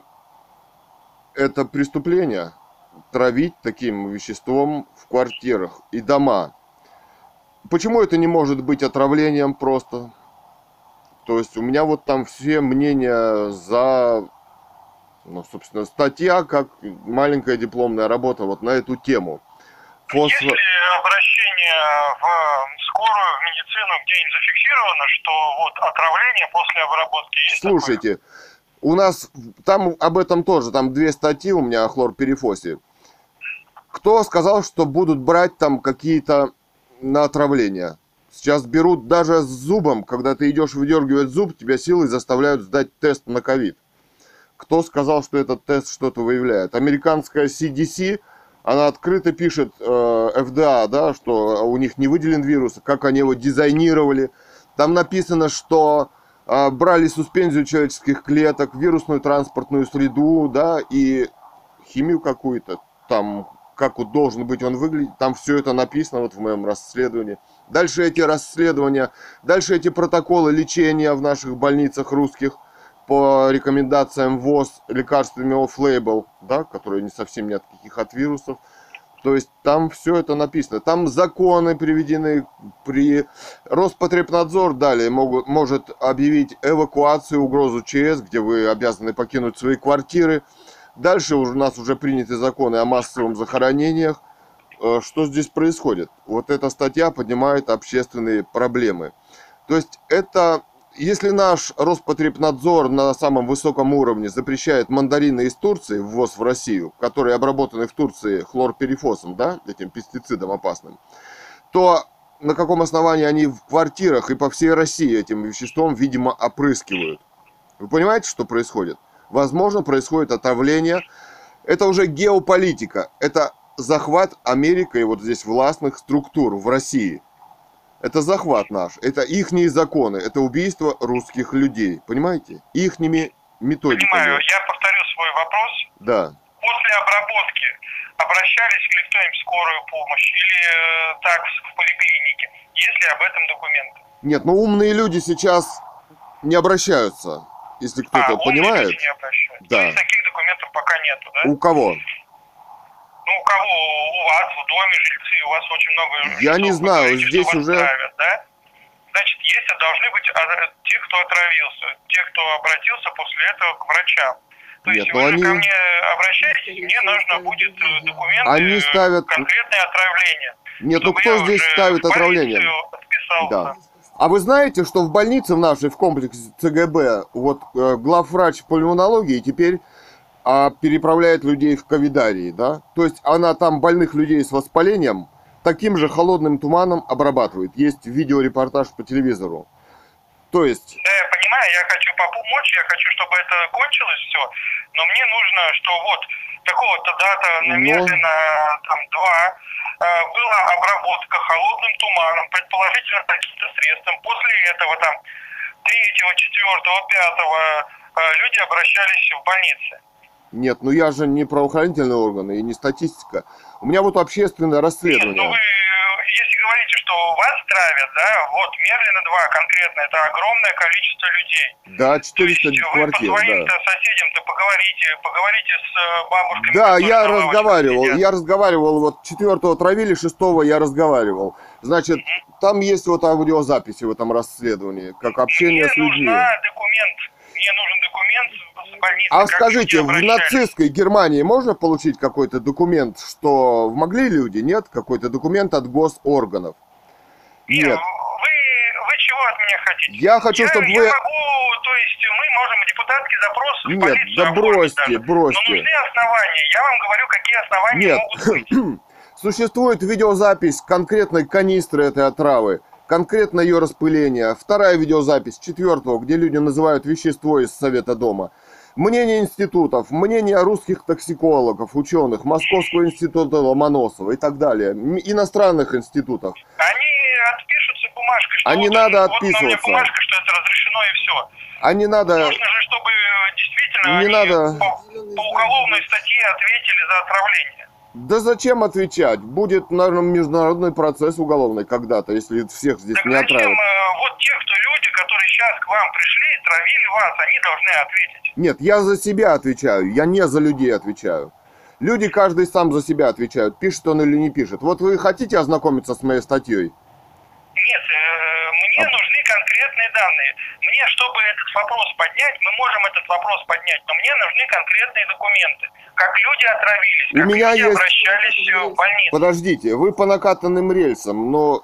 это преступление травить таким веществом в квартирах и дома. Почему это не может быть отравлением просто? То есть у меня вот там все мнения за, ну, собственно, статья, как маленькая дипломная работа вот на эту тему. Есть ли обращение в скорую, в медицину, где-нибудь зафиксировано, что вот отравление после обработки есть? Слушайте, такое? У нас там об этом тоже, там 2 статьи у меня о хлорперифосе. Кто сказал, что будут брать там какие-то на отравление? Сейчас берут даже с зубом, когда ты идешь выдергивать зуб, тебя силой заставляют сдать тест на ковид. Кто сказал, что этот тест что-то выявляет? Американская CDC, она открыто пишет FDA, да, что у них не выделен вирус, как они его дизайнировали. Там написано, что брали суспензию человеческих клеток, вирусную транспортную среду, да, и химию какую-то, там, как вот должен быть он выглядеть, там все это написано вот в моем расследовании. Дальше эти расследования, дальше эти протоколы лечения в наших больницах русских по рекомендациям ВОЗ лекарствами off-label, да, которые не совсем ни от каких от вирусов. То есть там все это написано. Там законы приведены, при Роспотребнадзор далее может объявить эвакуацию, угрозу ЧС, где вы обязаны покинуть свои квартиры. Дальше у нас уже приняты законы о массовых захоронениях. Что здесь происходит? Вот эта статья поднимает общественные проблемы. То есть это, если наш Роспотребнадзор на самом высоком уровне запрещает мандарины из Турции, ввоз в Россию, которые обработаны в Турции хлорперифосом, да, этим пестицидом опасным, то на каком основании они в квартирах и по всей России этим веществом, видимо, опрыскивают? Вы понимаете, что происходит? Возможно, происходит отравление. Это уже геополитика. Это захват Америкой вот здесь властных структур в России. Это захват наш. Это ихние законы. Это убийство русских людей. Понимаете? Ихними методиками. Понимаю. Я повторю свой вопрос. Да. После обработки обращались ли кто-нибудь в скорую помощь или так в поликлинике? Есть ли об этом документы? Нет, но умные люди сейчас не обращаются. Если кто-то понимает. Люди не обращаются. Да. То есть таких документов пока нету, да? У кого? Ну, у кого? У вас, в доме жильцы, у вас очень много Я не знаю, говорите, здесь что вас уже... травят, да? Значит, если должны быть те, кто отравился, те, кто обратился после этого к врачам. То Нет, есть но вы они... ко мне обращаетесь, мне нужно будет документы, Они ставят... конкретное отравление. Нет, ну Чтобы кто я здесь уже ставит в отравление? полицию отписался. Да. А вы знаете, что в больнице в нашей, в комплексе ЦГБ, вот главврач пульмонологии теперь переправляет людей в ковидарии, да? То есть она там больных людей с воспалением таким же холодным туманом обрабатывает. Есть видеорепортаж по телевизору. То есть... Да, я понимаю, я хочу помочь, я хочу, чтобы это кончилось все, но мне нужно, что вот такого-то дата немедленно, там, 2, была обработка холодным туманом, предположительно каким-то средством. После этого, там, 3, 4, 5 люди обращались в больницы. Нет, ну я же не правоохранительные органы и не статистика. У меня вот общественное расследование. Нет, ну вы, если говорите, что вас травят, да, вот Мерлина-2 конкретно, это огромное количество людей. Да, 400 квартир, вы своим да. соседям-то поговорите с бабушками. Да, я разговаривал, вот 4-го травили, 6-го я разговаривал. Значит, там есть вот аудиозаписи в этом расследовании, как общение с людьми. Мне нужен документ с больницы. А скажите, в нацистской Германии можно получить какой-то документ, что могли люди? Нет? Какой-то документ от госорганов? Нет. Вы чего от меня хотите? Я хочу, чтобы вы... Я могу, то есть мы можем депутатский запрос в Нет, полицию да бросьте, даже. бросьте. Но нужны основания. Я вам говорю, какие основания могут быть. Существует видеозапись конкретной канистры этой отравы, конкретно ее распыление. Вторая видеозапись 4-го, где люди называют вещество из Совета Дома. Мнение институтов, мнение русских токсикологов, ученых, Московского института Ломоносова и так далее, иностранных институтов. Они отпишутся бумажкой, что не вот, надо вот отписываться. у меня бумажка, что это разрешено и все. А не надо... Нужно же, чтобы действительно Не они надо... по уголовной статье ответили за отравление. Да зачем отвечать? Будет, наверное, международный процесс уголовный когда-то, если всех здесь Так не зачем? отравят. Вот те, кто люди, которые сейчас к вам пришли и травили вас, они должны ответить. Нет, я за себя отвечаю, я не за людей отвечаю. Люди каждый сам за себя отвечают, пишет он или не пишет. Вот вы хотите ознакомиться с моей статьей? Нет, мне нужны конкретные данные. Мне, чтобы этот вопрос поднять, мы можем этот вопрос поднять, но мне нужны конкретные документы. Как люди отравились, У как меня люди есть... обращались в больницу. Подождите, вы по накатанным рельсам, но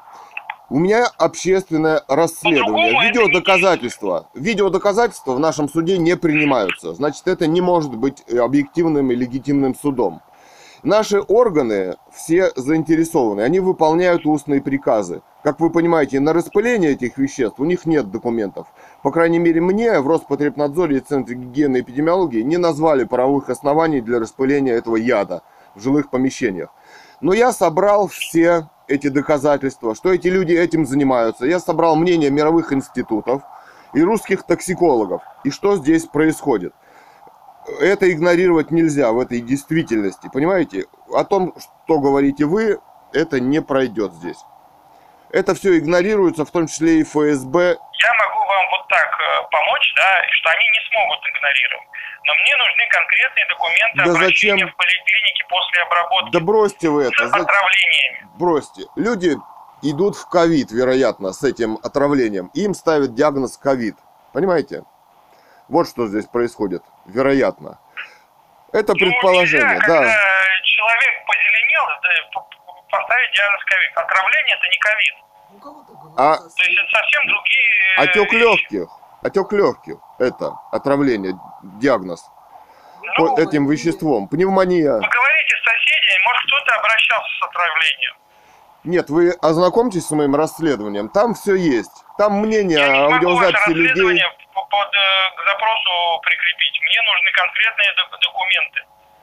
у меня общественное расследование, видеодоказательства. Видеодоказательства в нашем суде не принимаются. Значит, это не может быть объективным и легитимным судом. Наши органы все заинтересованы, они выполняют устные приказы. Как вы понимаете, на распыление этих веществ у них нет документов. По крайней мере, мне в Роспотребнадзоре и Центре гигиены и эпидемиологии не назвали правовых оснований для распыления этого яда в жилых помещениях. Но я собрал все эти доказательства, что эти люди этим занимаются. Я собрал мнение мировых институтов. и русских токсикологов. И что здесь происходит? Это игнорировать нельзя в этой действительности, понимаете? О том, что говорите вы, это не пройдет здесь. Это все игнорируется, в том числе и ФСБ. Я могу вам вот так помочь, да, что они не смогут игнорировать. Но мне нужны конкретные документы Да обращения зачем? в поликлинике после обработки Да бросьте вы это. с отравлениями. Бросьте. Люди идут в ковид, вероятно, с этим отравлением. Им ставят диагноз ковид. Понимаете? Вот что здесь происходит. Вероятно. Это предположение, нельзя, да. когда человек позеленел, да, поставить диагноз ковид. Отравление это не ковид. Ну, кого-то говорят. А- То есть это совсем другие Отек вещи. легких. Отек легких. Это отравление, диагноз. Ну, По этим веществом. Пневмония. поговорите с соседями, может кто-то обращался с отравлением. Нет, вы ознакомьтесь с моим расследованием. Там все есть. Там мнение, Я не могу ваше аудиозаписи людей. расследование к запросу прикрепить. Мне нужны конкретные документы.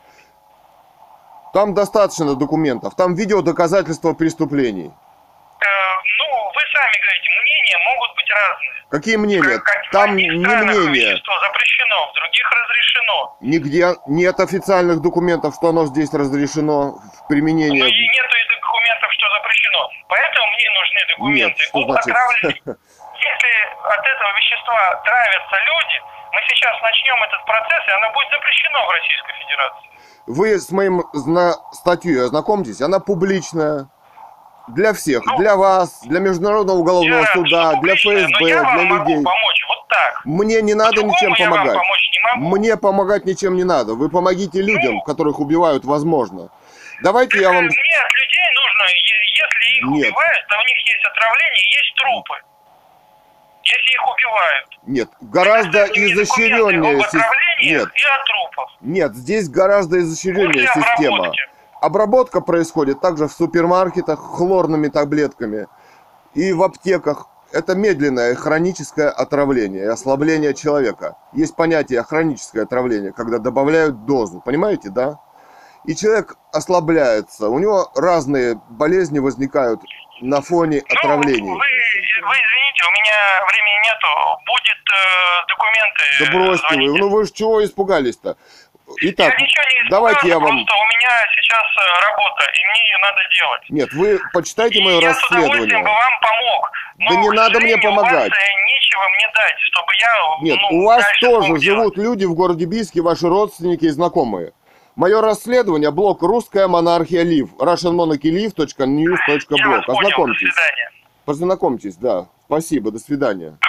Там достаточно документов. Там видеодоказательства преступлений. Ну, вы сами говорите, мнения могут быть разные. Какие мнения? В Там одних не странах мнение. вещество запрещено, в других разрешено. Нигде нет официальных документов, что оно здесь разрешено в Но применении. и нету и документов, что запрещено. Поэтому мне нужны документы Нет, что об значит? отравлении. Если от этого вещества травятся люди, мы сейчас начнем этот процесс, и оно будет запрещено в Российской Федерации. Вы с моим статьей ознакомьтесь, она публичная. Для всех, Ну, для вас, для Международного уголовного Я суда, для публичная, но ФСБ, я вам для могу людей. помочь вот так. Мне не надо По-другому ничем я вам помогать. помочь не могу. Мне помогать ничем не надо. Вы помогите людям, которых убивают, возможно. Давайте я вам... Мне от людей нужно, если их Нет. убивают, то у них есть отравление, есть трупы. Если их убивают. Нет, гораздо Мне документы изощреннее об отравлениях Нет, и о трупах. нет, здесь гораздо изощреннее После система. обработки. Обработка происходит также в супермаркетах хлорными таблетками и в аптеках. Это медленное хроническое отравление и ослабление человека. Есть понятие хроническое отравление, когда добавляют дозу. Понимаете, да? И человек ослабляется. У него разные болезни возникают на фоне отравлений. Ну, вы извините, у меня времени нету. Будет документы. Да бросьте вы. звоните. Ну вы ж чего испугались-то? Итак, Я ничего не давайте я вам... Просто у меня сейчас работа, и мне ее надо делать. Нет, вы почитайте мое Я с удовольствием бы расследование. вам помог. Но, Да не к надо мне сожалению, помогать. У вас нечего мне дать, чтобы я... Нет, ну, у вас дальше тоже смог делать. живут люди в городе Бийске, ваши родственники и знакомые. Мое расследование, блог «Русская монархия Лив», russianmonarchyliv.news.blog. Я вас понял, до Ознакомьтесь. свидания. Познакомьтесь, да. Спасибо, до свидания.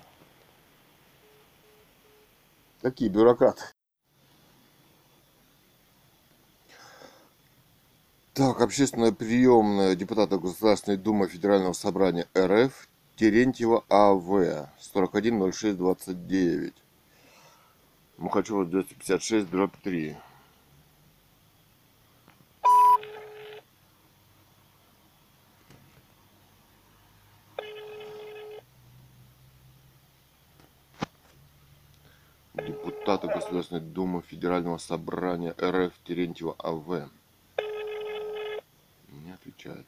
Какие бюрократы. Так, общественная приемная депутата Государственной Думы Федерального собрания РФ Терентьева А.В. 410629. Мухачева 256/3. Депутата Государственной Думы Федерального собрания РФ Терентьева А.В. Не отвечает.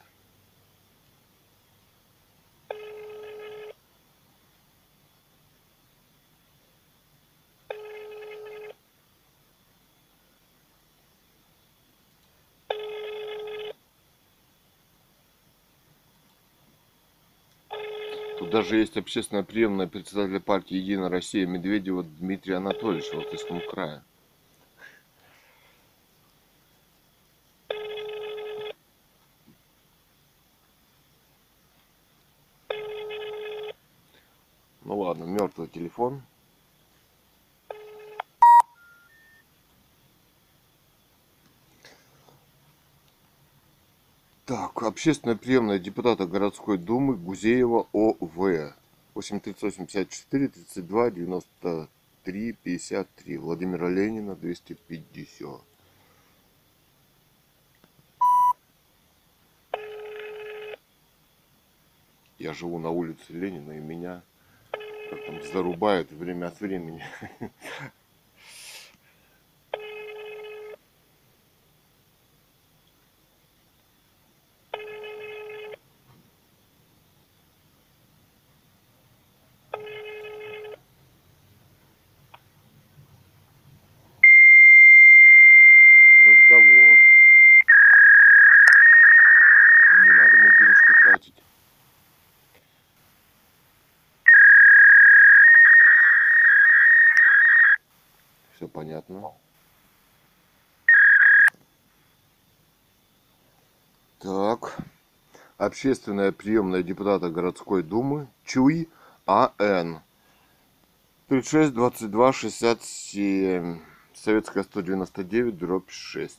Тут даже есть общественная приемная председателя партии «Единая Россия» Медведева Дмитрия Анатольевича в Алтайском крае. Ну ладно, мертвый телефон. Так, общественная приемная депутата городской думы Гузеева ОВ. 8384 32 93 53. Владимира Ленина 250. Я живу на улице Ленина, и меня как там зарубают время от времени. Все понятно. Так. Общественная приемная депутата городской думы Чуй А.Н. 36-22-67. Советская 199/6.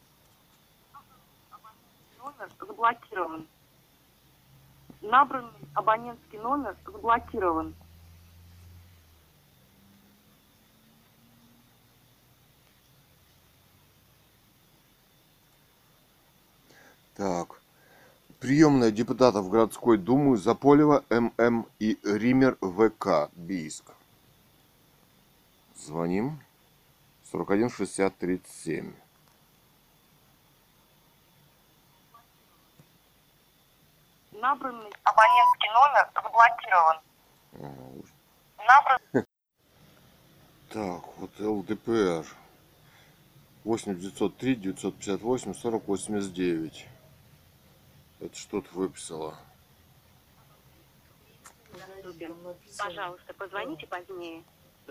Номер заблокирован. Набранный абонентский номер заблокирован. Так. Приемная депутатов городской думы Заполева М.М. и Ример В.К. Бийск. Звоним. 41-60-37. Набранный абонентский номер заблокирован. Набран... Так, вот ЛДПР. 8903 958 40 89. Это что-то выписала. Там написано. Пожалуйста, позвоните позднее.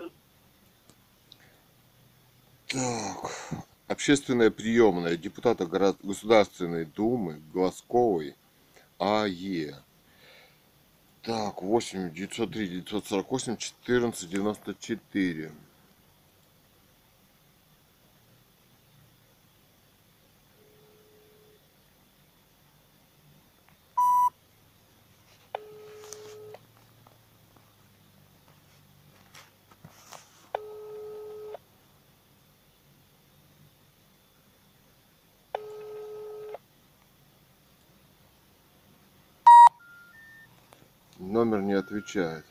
Так. Общественная приемная депутата Государственной Думы Глазковой А.Е. Так, 8 903 948 14 94. Номер не отвечает.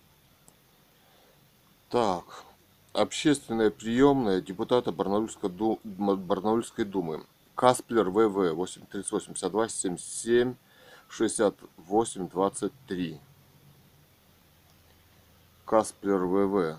Так. Общественная приемная депутата Барнаульской думы Касплер ВВ 838 52 77 68 23. Касплер ВВ.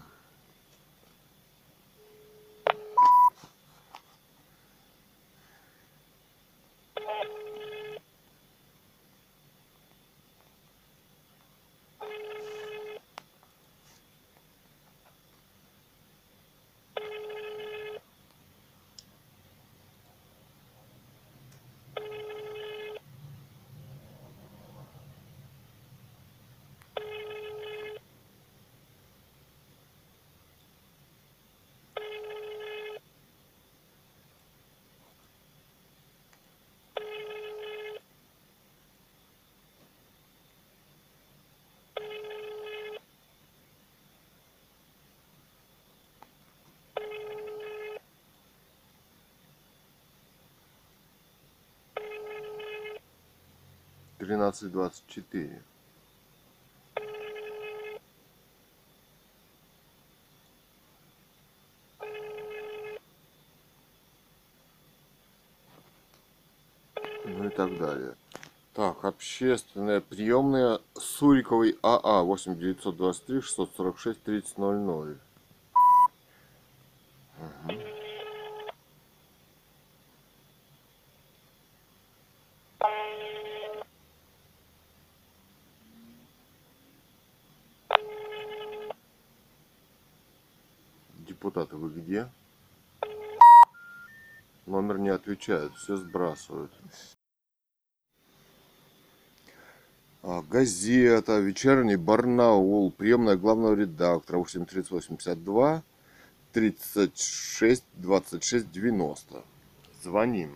Тринадцать 24. Ну и так далее. Так, общественная приемная Суриковой АА 8 923 646 30 00. Депутаты, вы где? Номер не отвечает, все сбрасывают. Газета «Вечерний Барнаул», приемная главного редактора 83852 36 26 90. Звоним.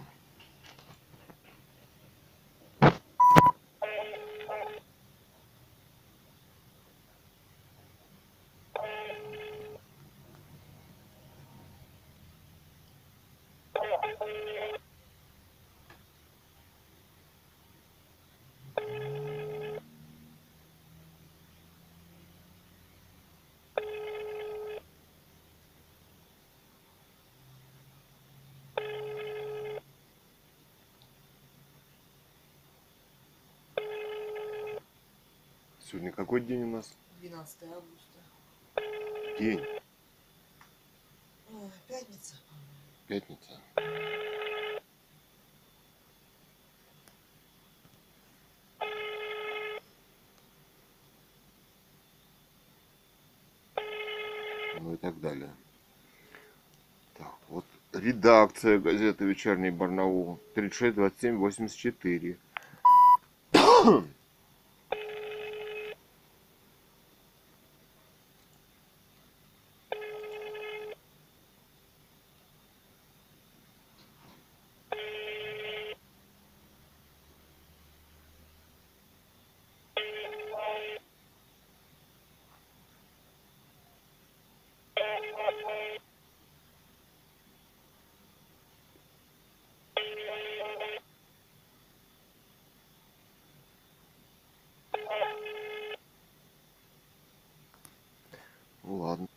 Сегодня какой день у нас? 12 августа. День. Пятница. Пятница. Ну и так далее. Редакция газеты «Вечерний Барнаул». 36 27 84. Ладно.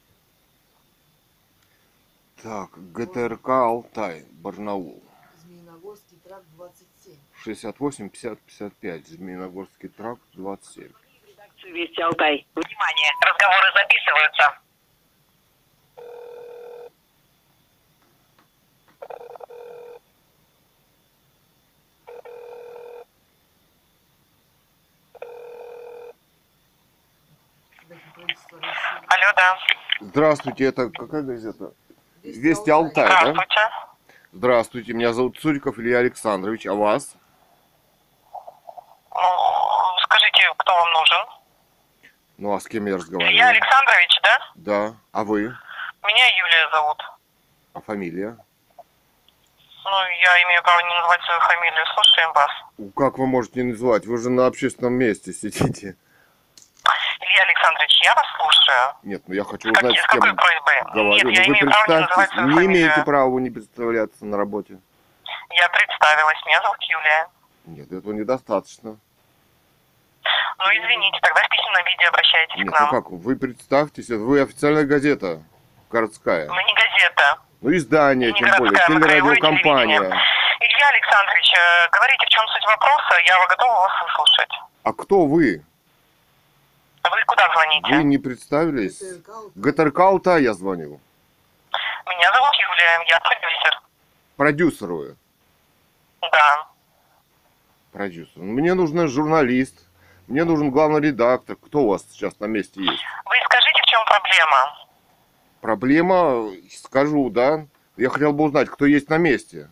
Так, ГТРК «Алтай», Барнаул. Змеиногорский тракт 27. 68 50 55. Змеиногорский тракт 27. Вести Алтай. Внимание, разговоры записываются. Председатель правительства России. Алло, да. Здравствуйте, это какая газета? Вести Алтай, да? Здравствуйте. Здравствуйте, меня зовут Цуриков Илья Александрович, а вас? Ну, скажите, кто вам нужен? Ну, а с кем я Илья разговариваю? Александрович, да? Да, а вы? Меня Юлия зовут. А фамилия? Ну, я имею право не называть свою фамилию. Слушаем вас. Как вы можете не называть? Вы же на общественном месте сидите. Илья Александрович, я вас слушаю. Нет, ну я хочу узнать, С с кем какой просьбой? говорю. Нет, Ну, я вы имею право не называть представьтесь, свою не фамилию. имеете права не представляться на работе. Я представилась, меня зовут Юлия. Нет, этого недостаточно. Ну, извините, тогда в письменном виде обращайтесь Нет, к нам. ну как, вы представьтесь, вы официальная газета городская. Мы не газета. Ну, издание, Не тем более, городская, мы краевое телерадиокомпания. телевидение. Илья Александрович, говорите, в чем суть вопроса, я готова вас выслушать. А кто вы? Вы куда звоните? Вы не представились? ГТРК Алтай. ГТРК «Алтай» я звонил. Меня зовут Юлия, я продюсер. Продюсер вы. Да. Продюсер. Мне нужен журналист. Мне нужен главный редактор. Кто у вас сейчас на месте есть? Вы скажите, в чем проблема? Проблема, скажу, да? Я хотел бы узнать, кто есть на месте.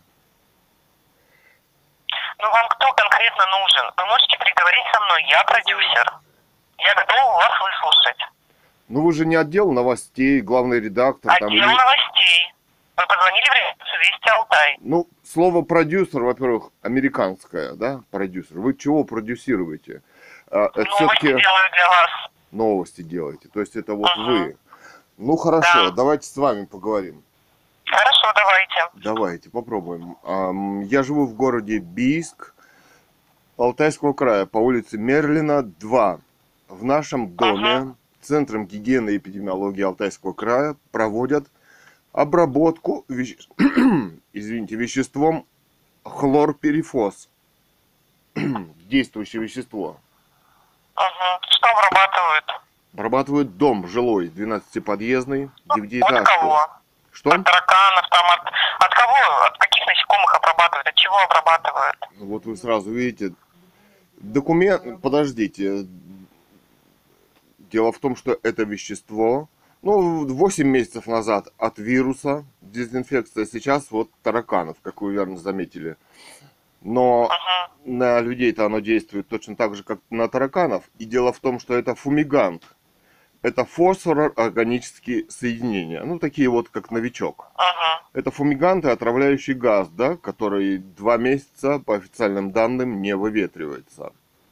Ну, вам кто конкретно нужен? Вы можете переговорить со мной, я продюсер. Я готова вас выслушать. Ну вы же не отдел новостей, главный редактор. Отдел новостей. Вы позвонили в редакцию Вести Алтай. Ну, слово продюсер, во-первых, американское, да, продюсер. Вы чего продюсируете? Новости Все-таки делаю для вас. новости делаете. То есть это вот вы. Ну хорошо, Да. давайте с вами поговорим. Хорошо, давайте. Давайте попробуем. Я живу в городе Бийск, Алтайского края, по улице Мерлина, 2. В нашем доме Центром гигиены и эпидемиологии Алтайского края проводят обработку веществом хлорперифос. Действующее вещество. Что обрабатывают? Обрабатывают дом жилой, 12-подъездный, От 9-этажный. кого? Что? От тараканов, там, от кого, от каких насекомых обрабатывают, от чего обрабатывают? Вот вы сразу видите. Документ... Подождите. Дело в том, что это вещество, 8 месяцев назад от вируса, дезинфекция, сейчас вот тараканов, как вы верно заметили. Но на людей-то оно действует точно так же, как на тараканов. И дело в том, что это фумигант. Это фосфорорганические соединения. Ну, такие вот, как новичок. Это фумигант и отравляющий газ, да, который 2 месяца, по официальным данным, не выветривается.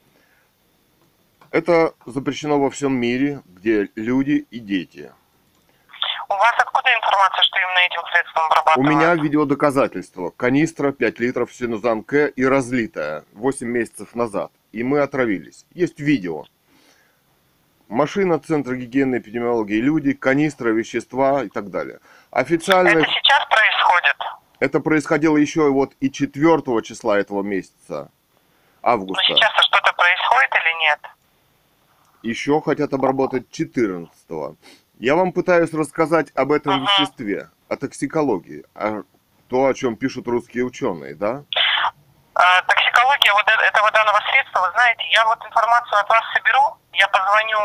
Это запрещено во всем мире, где люди и дети. У вас откуда информация, что именно этим средством У обрабатывают? меня видеодоказательство. Канистра 5 литров синузан К и разлитая 8 месяцев назад. И мы отравились. Есть видео. Машина, Центр гигиены и эпидемиологии, люди, канистра, вещества и так далее. Официально Это сейчас происходит? это происходило еще вот и 4 числа этого месяца, Но августа. сейчас что-то происходит или нет? Еще хотят обработать 14-го. Я вам пытаюсь рассказать об этом веществе, о токсикологии, о то, о чем пишут русские ученые, да? Токсикология вот этого данного средства, вы знаете, я вот информацию от вас соберу, я позвоню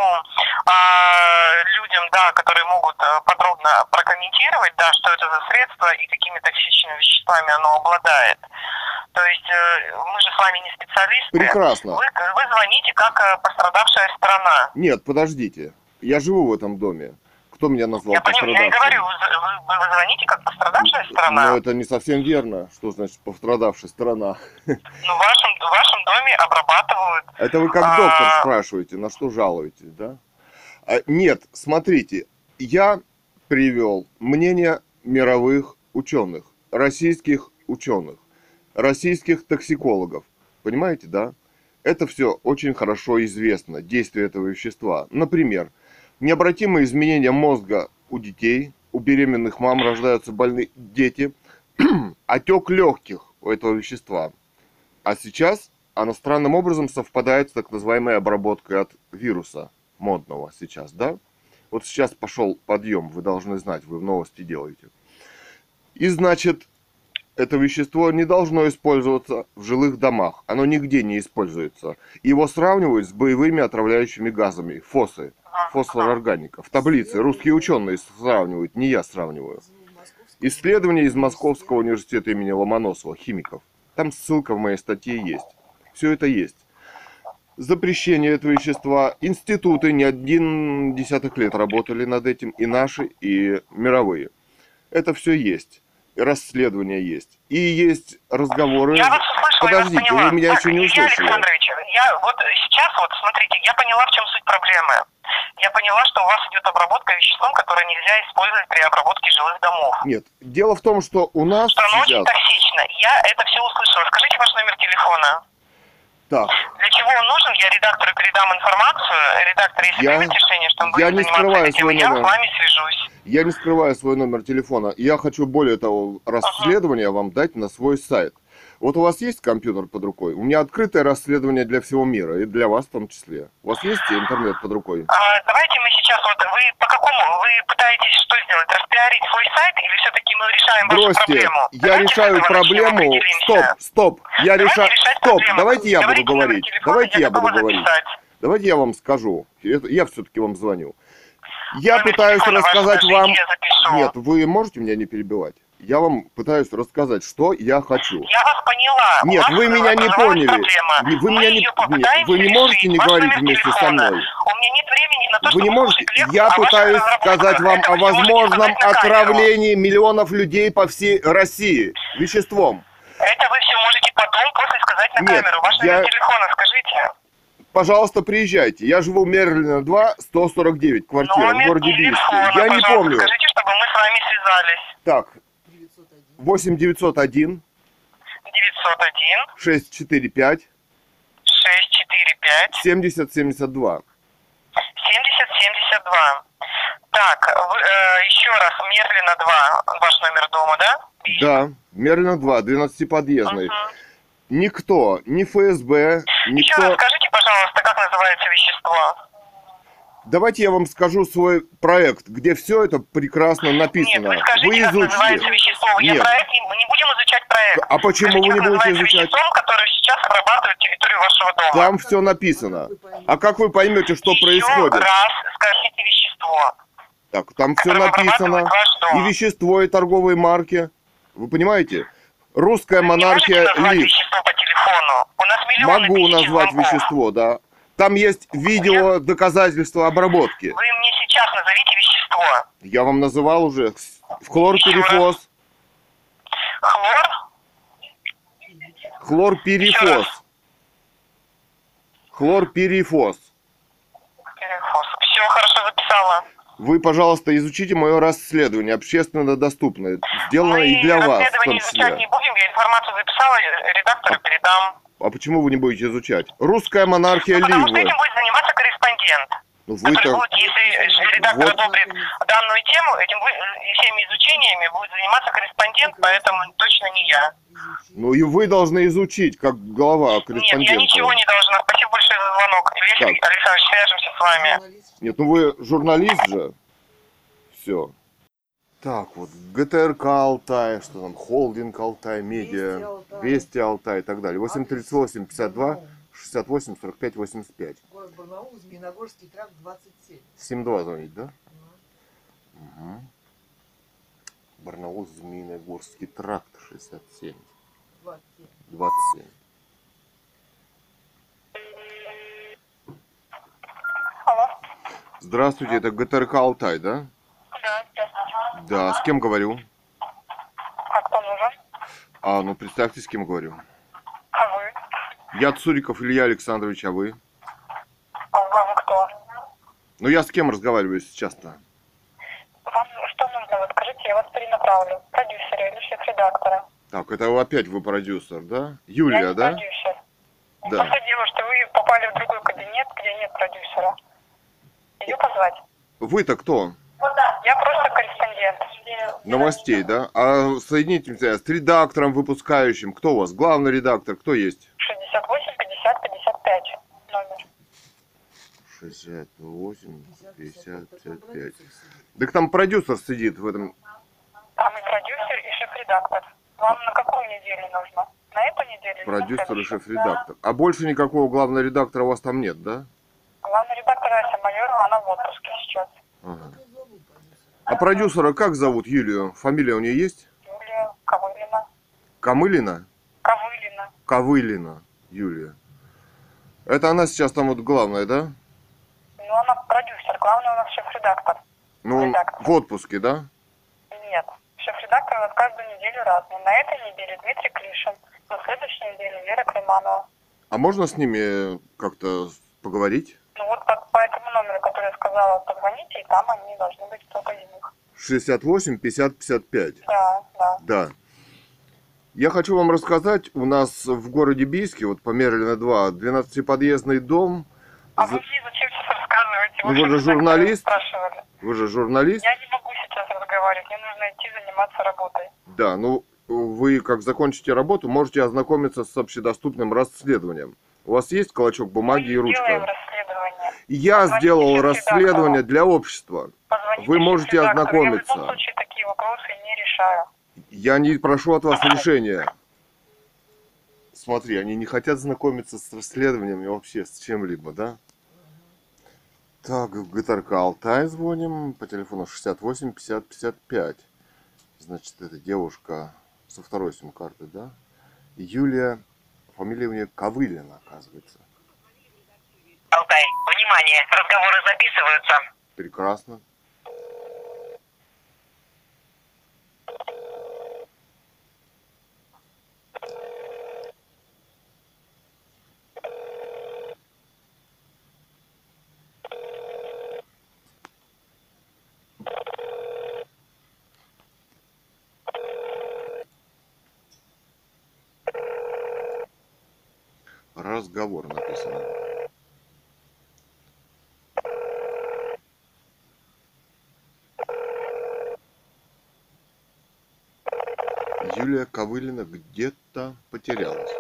людям, да, которые могут подробно прокомментировать, да, что это за средство и какими токсичными веществами оно обладает. То есть мы же с вами не специалисты. Прекрасно. Вы звоните как пострадавшая сторона. Нет, подождите. Я живу в этом доме. Кто меня назвал Я пострадавшим? я и говорю, вы звоните как пострадавшая сторона. Но это не совсем верно. Что значит пострадавшая сторона? Ну, в вашем доме обрабатывают. Это вы как доктор спрашиваете, на что жалуетесь, да? Нет, смотрите, я привел мнение мировых ученых, российских ученых, российских токсикологов. Понимаете, да? Это все очень хорошо известно, действие этого вещества. Например, необратимые изменения мозга у детей, у беременных мам рождаются больные дети, отек легких у этого вещества. А сейчас оно странным образом совпадает с так называемой обработкой от вируса модного сейчас, да? Вот сейчас пошел подъем, вы должны знать, вы в новости делаете. И значит, это вещество не должно использоваться в жилых домах. Оно нигде не используется. Его сравнивают с боевыми отравляющими газами, ФОСы, фосфорорганика. В таблице русские ученые сравнивают, не я сравниваю. Исследование из Московского университета имени Ломоносова, химиков. Там ссылка в моей статье есть. Все это есть. Запрещение этого вещества. Институты не один десяток лет работали над этим. И наши, и мировые. Это все есть. Расследования есть. И есть разговоры. Я вас услышала, Подождите, я вас поняла. вы меня еще не Илья услышали. Александрович, я вот сейчас вот, смотрите, я поняла, в чем суть проблемы. Я поняла, что у вас идет обработка веществом, которое нельзя использовать при обработке жилых домов. Нет, дело в том, что у нас Что оно очень сейчас... токсично. Я это все услышала. Скажите ваш номер телефона. Так, Для чего он нужен? Я редактору передам информацию. Редактор, если примет решение, что он будет я не заниматься скрываю этим, свой я с номер. вами свяжусь. Я не скрываю свой номер телефона. Я хочу более того расследование вам дать на свой сайт. Вот у вас есть компьютер под рукой? У меня открытое расследование для всего мира, и для вас в том числе. У вас есть интернет под рукой? Давайте мы сейчас, вот вы по какому, вы пытаетесь что сделать? Распиарить свой сайт или все-таки мы решаем вашу Бросьте, проблему? я Давайте решаю с этого начнем, проблему. определимся. Стоп, я Давайте решаю... решать Стоп, проблему. давайте я буду Говорите номер говорить. телефона, Давайте я буду готова говорить. записать. Давайте я вам скажу. Я все-таки вам звоню. Я Номер пытаюсь телефона ваш рассказать скажите, вам... я запишу. Нет, вы можете меня не перебивать? Я вам пытаюсь рассказать, что я хочу. Я вас поняла. Нет, У вас вы меня не образовалась поняли. проблема. Вы Мы меня не... ее Нет, попытаемся вы не можете решить. не Ваш говорить номер вместе со телефона. мной. У меня нет времени на то, Вы чтобы не можете... слушать лекцию Я о ваших пытаюсь разработках. сказать вам Это о вы все можете возможном сказать на камеру. отравлении миллионов людей по всей России веществом. Это вы все можете потом после сказать на Нет, камеру. Ваш я- номер телефона скажите. Пожалуйста, приезжайте. Я живу в Мерлина 2, 149, квартира в Номер городе Бийске. телефона, Я не пожалуйста, помню. скажите, чтобы мы с вами связались. Так, 901. 8901 901 645 645 7072. 7072. Так, еще раз, Мерлина 2, ваш номер дома, да? Да, Мерлина 2, 12-подъездный. Мгм. Никто, ни ФСБ, Еще раз никто... скажите, пожалуйста, как называется вещество? Давайте я вам скажу свой проект, где все это прекрасно написано. Нет, вы скажите, как называется вещество. Я Нет. проект мы не будем изучать проект. А почему Скажите, вы не как будете называется изучать? веществом, которое сейчас обрабатывает территорию вашего дома? Там все написано. А как вы поймете, что Еще происходит? раз скажите вещество. Так, там все которое написано. обрабатывает ваш дом. И вещество, и торговые марки. Вы понимаете? Русская монархия Не можете назвать лифт. вещество по телефону? У нас миллионы Могу тысяч назвать звонков. вещество, да. Там есть видео доказательства обработки. Вы мне сейчас назовите вещество. Я вам называл уже. Хлорперифос. Хлор? Хлорперифос. Хлорперифос. Все, хорошо записала. Вы, пожалуйста, изучите мое расследование, общественно доступное, сделано и для вас, в том расследование изучать числе. не будем, я информацию записала, редактору передам. А почему вы не будете изучать? Русская монархия Ну, потому что Ливы. этим будет заниматься корреспондент. Ну, Который вы-то... будет, если редактор Вот. одобрит данную тему, всеми изучениями будет заниматься корреспондент, поэтому точно не я. Ну и вы должны изучить, как глава Нет, корреспондента. я ничего не должна. Спасибо большое за звонок. Илья Так. Александрович, свяжемся с вами. Журналист. Нет, ну вы журналист же. Все. Так, вот ГТРК Алтай, что там, Холдинг Алтай, Медиа, Вести Алтай и так далее. 838 52 68 45 85. Город Барнаул, Змеиногорский тракт 27. 7-2 звонить, да? Угу. Барнаул, Змеиногорский тракт 67. 27. 27. Алло. Здравствуйте, это ГТРК Алтай, да? Да, здравствуйте. Да, с кем говорю? А кто нужен? Ну представьте, с кем говорю. А вы? Я Цуриков Илья Александрович, а вы? А вам кто? Ну я с кем разговариваю сейчас-то? Вам что нужно? Вот скажите, я вас перенаправлю. Продюсера или шеф-редактора. Так, это опять вы продюсер, да? Я Юлия, не да? продюсер. Да. Просто дело, что вы попали в другой кабинет, где нет продюсера. Ее позвать? Вы-то кто? Я просто корреспондент. Новостей, да? А соедините меня с редактором выпускающим. Кто у вас? Главный редактор, кто есть? 68 50 55 номер. 68, 50, 55. Так там продюсер сидит в этом. Там и продюсер, и шеф-редактор. Вам на какую неделю нужно? На эту неделю? или на Продюсер и следующую? шеф-редактор. А больше никакого главного редактора у вас там нет, да? Главный редактор Ася Майорова, она в отпуске сейчас. Ага. А продюсера как зовут Юлию? Фамилия у нее есть? Юлия Ковылина. Камылина? Ковылина. Ковылина Юлия. Это она сейчас там вот главная, да? Ну, она продюсер, главный у нас шеф-редактор. Ну, он Редактор. в отпуске, да? Нет. Шеф-редактор у нас каждую неделю разный. На этой неделе Дмитрий Клишин. На следующей неделе Вера Климанова. А можно с ними как-то поговорить? Ну вот по этому номеру, который я сказала, позвоните, и там они должны быть кто-то из них. 68 50 55. Да, да. Да. Я хочу вам рассказать, у нас в городе Бийске, вот по Мерлина 2, 12-подъездный дом. А вы мне зачем сейчас рассказываете? Ну, вы же что-то журналист. спрашивали. Вы же журналист? Я не могу сейчас разговаривать, мне нужно идти заниматься работой. Да, ну вы как закончите работу, можете ознакомиться с общедоступным расследованием. У вас есть клочок бумаги и Мы делаем ручка? расследование. Я Позвоните сделал шеф-редактору. расследование для общества. Позвоните Вы можете шеф-редактору. ознакомиться. Я в любом случае такие вопросы не решаю. Я не прошу от вас решения. Смотри, они не хотят знакомиться с расследованием и вообще с чем-либо, да? Так, в ГТРК Алтай звоним по телефону 68 50 55. Значит, это девушка со второй сим-карты, да? Юлия, фамилия у нее Ковылина, оказывается. Алтай, внимание, разговоры записываются. Прекрасно. Разговор написано. Юлия Ковылина где-то потерялась.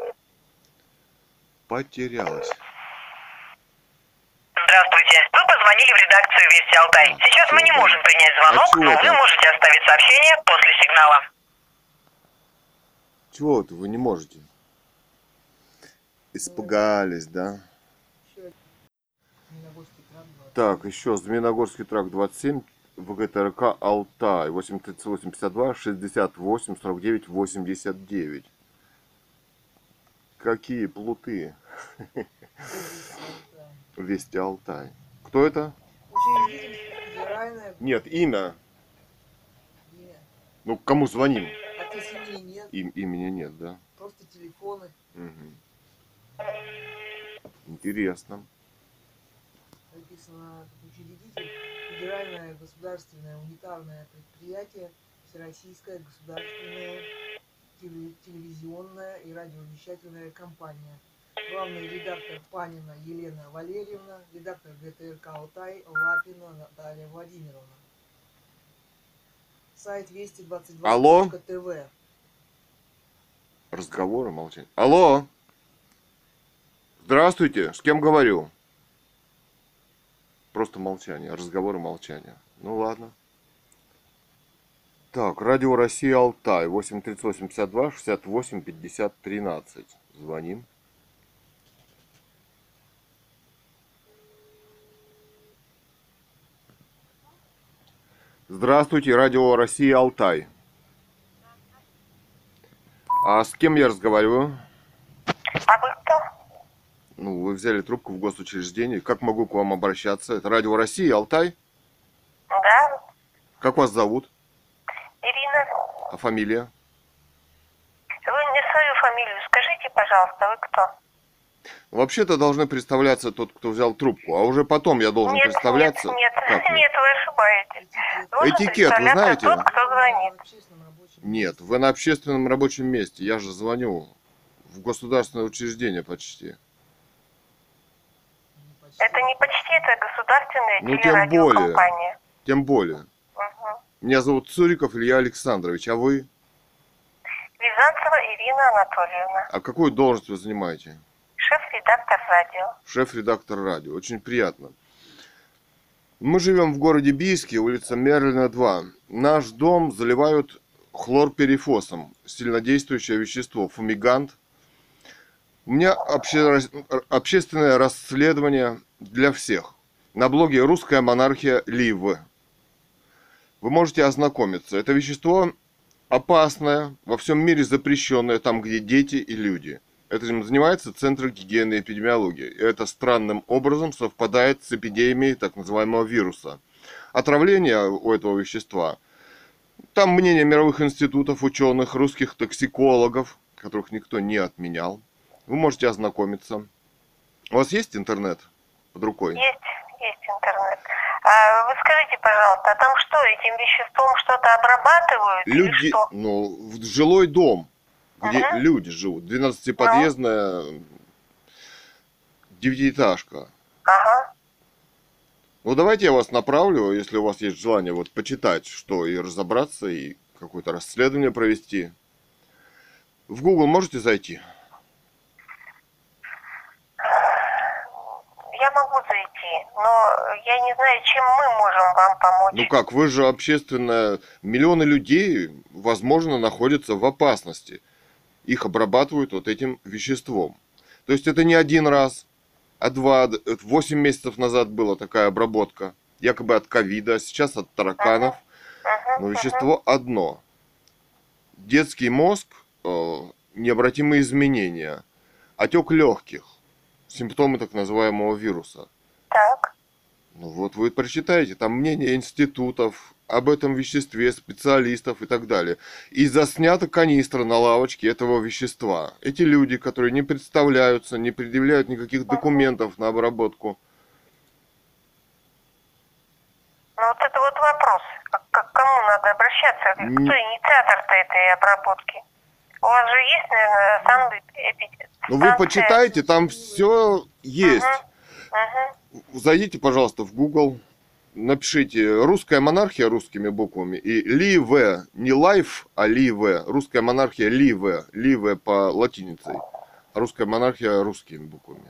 Потерялась. Здравствуйте. Вы позвонили в редакцию Вести Алтай. Сейчас мы не можем принять звонок, чего но вы там? можете оставить сообщение после сигнала. Чего это вы не можете? Испугались, да? Змеиногорский тракт 27. Так, еще Змеиногорский тракт 27, ВГТРК Алтай, 838 52 68 49 89. Какие плуты. Вести Алтай. Кто это? Учредитель федеральное Нет, имя. имя. Ну, к кому звоним? А то семьи нет, Имени нет, да? просто телефоны. Мгм. Интересно. Написано учредитель федеральное государственное унитарное предприятие, Всероссийская государственная телевизионная и радиовещательная компания. Главный редактор Панина Елена Валерьевна, редактор ГТРК Алтай Лапина Наталья Владимировна. Сайт 222.tv. Алло? Разговоры, молчание. Алло! Здравствуйте, с кем говорю? Просто молчание, разговоры, молчание. Ну ладно. Так, Радио Россия Алтай, 83852 68 50 13. Звоним. Здравствуйте, Радио Россия Алтай. А с кем я разговариваю? А вы кто? Ну, вы взяли трубку в госучреждении. Как могу к вам обращаться? Это Радио Россия Алтай? Да, Как вас зовут? Ирина. А фамилия? Вы мне свою фамилию скажите, пожалуйста, вы кто? Вообще-то должны представляться тот, кто взял трубку, а уже потом я должен представляться. Нет, Как нет, вы ошибаетесь. Должен Этикет, вы представляться знаете? тот, кто звонит. На общественном рабочем Нет, вы на общественном рабочем месте. Я же звоню в государственное учреждение почти. месте. Почти. Это не почти, это государственная Ну, тем телерадиокомпания. Тем более. Угу. Меня зовут Цуриков Илья Александрович, а вы? Рязанцева Ирина Анатольевна, А какую должность вы занимаете? шеф-редактор радио. Шеф-редактор радио. Очень приятно. Мы живем в городе Бийске, улица Мерлина, 2. Наш дом заливают хлорперифосом, сильнодействующее вещество, фумигант. У меня общественное расследование для всех. На блоге «Русская монархия Лив». Вы можете ознакомиться. Это вещество опасное, во всем мире запрещенное, там, где дети и люди. Этим занимается Центр гигиены и эпидемиологии. И это странным образом совпадает с эпидемией так называемого вируса. Отравление у этого вещества. Там мнение мировых институтов, ученых, русских токсикологов, которых никто не отменял. Вы можете ознакомиться. У вас есть интернет под рукой? Есть интернет. А вы скажите, пожалуйста, а там что, этим веществом что-то обрабатывают или Люди, что? ну, в жилой дом, где Ага. люди живут. 12-подъездная девятиэтажка. Ага. Ну, давайте я вас направлю, если у вас есть желание вот почитать, что и разобраться, и какое-то расследование провести. В Google можете зайти? Я могу зайти, но я не знаю, чем мы можем вам помочь. Ну как, вы же общественная... Миллионы людей, возможно, находятся в опасности. Их обрабатывают вот этим веществом. То есть это не один раз, а 8 месяцев назад была такая обработка. Якобы от ковида, а сейчас от тараканов. Но вещество одно. Детский мозг, необратимые изменения, отек легких, симптомы так называемого вируса. Так. Ну вот вы прочитаете, там мнение институтов об этом веществе, специалистов и так далее. И заснята канистра на лавочке этого вещества. Эти люди, которые не представляются, не предъявляют никаких документов на обработку. Ну вот это вот вопрос. К кому надо обращаться? Кто инициатор-то этой обработки? У вас же есть, наверное, санэпидемия. Ну вы почитайте, там все есть. Угу. Зайдите, пожалуйста, в Google, напишите «Русская монархия» русскими буквами и «Ливе», не «Лайф», а «Ливе», «Русская монархия Ливе», «Ливе» по латинице, а «Русская монархия» русскими буквами.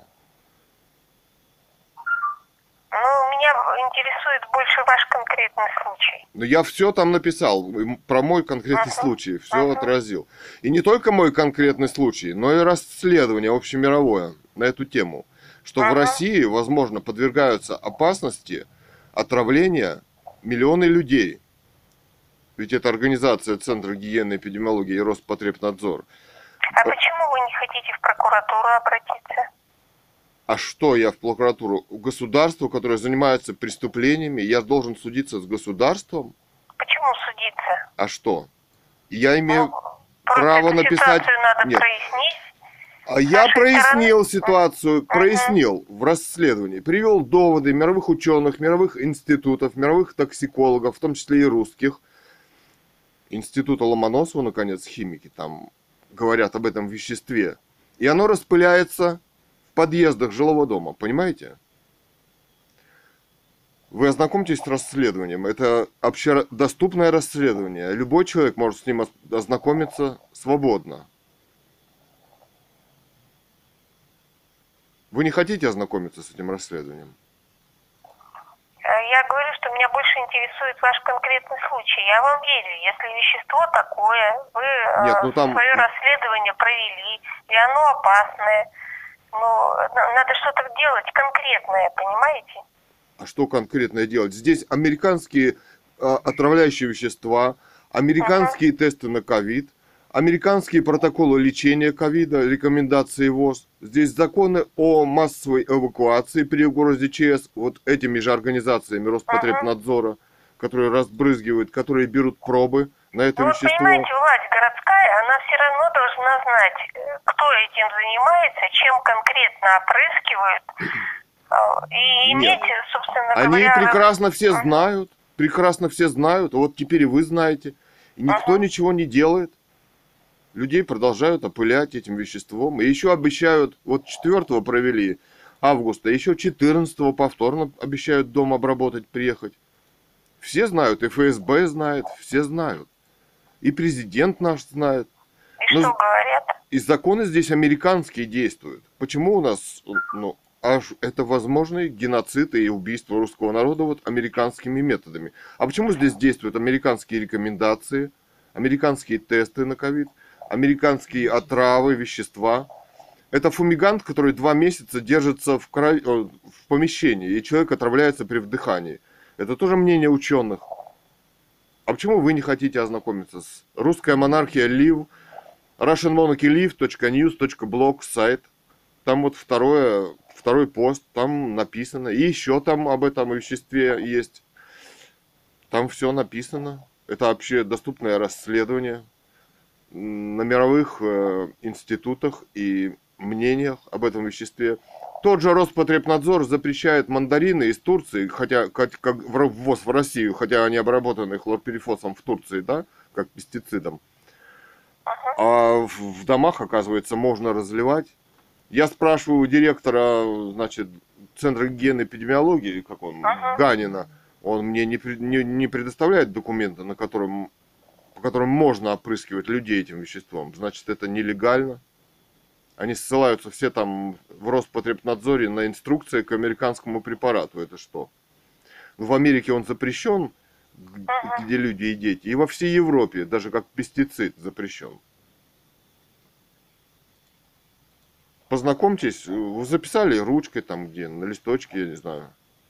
Ну, меня интересует больше ваш конкретный случай. Но я все там написал, про мой конкретный случай, все отразил. И не только мой конкретный случай, но и расследование общемировое на эту тему. Что в России, возможно, подвергаются опасности отравления миллионы людей. Ведь это организация Центра гигиены, эпидемиологии и Роспотребнадзор. А почему вы не хотите в прокуратуру обратиться? А что я в прокуратуру? Государство, которое занимается преступлениями, я должен судиться с государством? Почему судиться? А что? Я имею Просто право эту написать... ситуацию надо Нет. прояснить. А я нашей прояснил стороны. ситуацию, прояснил в расследовании, привел доводы мировых ученых, мировых институтов, мировых токсикологов, в том числе и русских. Института Ломоносова, наконец, химики, там говорят об этом веществе. И оно распыляется в подъездах жилого дома, понимаете? Вы ознакомьтесь с расследованием. Это общедоступное расследование. Любой человек может с ним ознакомиться свободно. Вы не хотите ознакомиться с этим расследованием? Я говорю, что меня больше интересует ваш конкретный случай. Я вам верю, если вещество такое, вы Нет, ну там... свое расследование провели, и оно опасное, надо что-то делать конкретное, понимаете? А что конкретно делать? Здесь американские отравляющие вещества, американские тесты на ковид, американские протоколы лечения ковида, рекомендации ВОЗ. Здесь законы о массовой эвакуации при угрозе ЧС, вот этими же организациями Роспотребнадзора, которые разбрызгивают, которые берут пробы на это вещество. Понимаете, власть городская, она все равно должна знать, кто этим занимается, чем конкретно опрыскивают, и иметь, собственно говоря... Они прекрасно все знают, вот теперь и вы знаете, и никто ничего не делает. Людей продолжают опылять этим веществом. И еще обещают, вот 4 провели августа, еще 14 повторно обещают дом обработать, приехать. Все знают, и ФСБ знает, все знают. И президент наш знает. И что говорят? И законы здесь американские действуют. Почему у нас, аж это возможный геноцид и убийство русского народа вот американскими методами? А почему здесь действуют американские рекомендации, американские тесты на ковид? Американские отравы, вещества. Это фумигант, который 2 месяца держится в помещении, и человек отравляется при вдыхании. Это тоже мнение ученых. А почему вы не хотите ознакомиться с «Русская монархия Лив», russianmonarchylive.news.blog сайт? Там вот второй пост, там написано. И еще там об этом веществе есть. Там все написано. Это вообще доступное расследование на мировых институтах и мнениях об этом веществе. Тот же Роспотребнадзор запрещает мандарины из Турции, хотя как ввоз в Россию, хотя они обработаны хлорпирифосом в Турции, да, как пестицидом. А в домах, оказывается, можно разливать. Я спрашиваю у директора, значит, Центра гигиены и эпидемиологии, как он, Ганина, он мне не предоставляет документы, по которым можно опрыскивать людей этим веществом. Значит, это нелегально. Они ссылаются все там в Роспотребнадзоре на инструкции к американскому препарату. Это что? В Америке он запрещен, где люди и дети, и во всей Европе, даже как пестицид, запрещен. Познакомьтесь, вы записали ручкой там где, на листочке, я не знаю.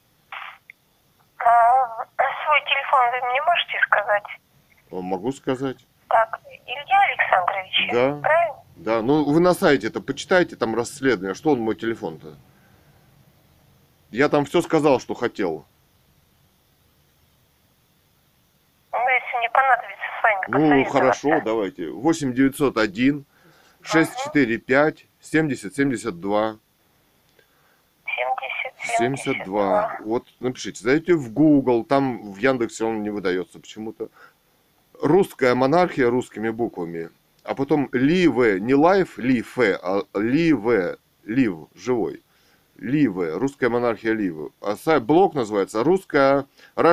Свой телефон вы мне можете сказать? Могу сказать. Так, Илья Александрович, да, правильно? Да, ну вы на сайте это почитайте, там расследование. Что он мой телефон-то? Я там все сказал, что хотел. Если мне понадобится с вами посоветоваться. Хорошо, давайте. 8 901 645 70 72. 72. Вот напишите, зайдите в Google, там в Яндексе он не выдается почему-то. Русская монархия русскими буквами. А потом Ливе, не лайф, Лифе, а Ливе, Лив, живой. Ливе, русская монархия Ливе. А блог называется русская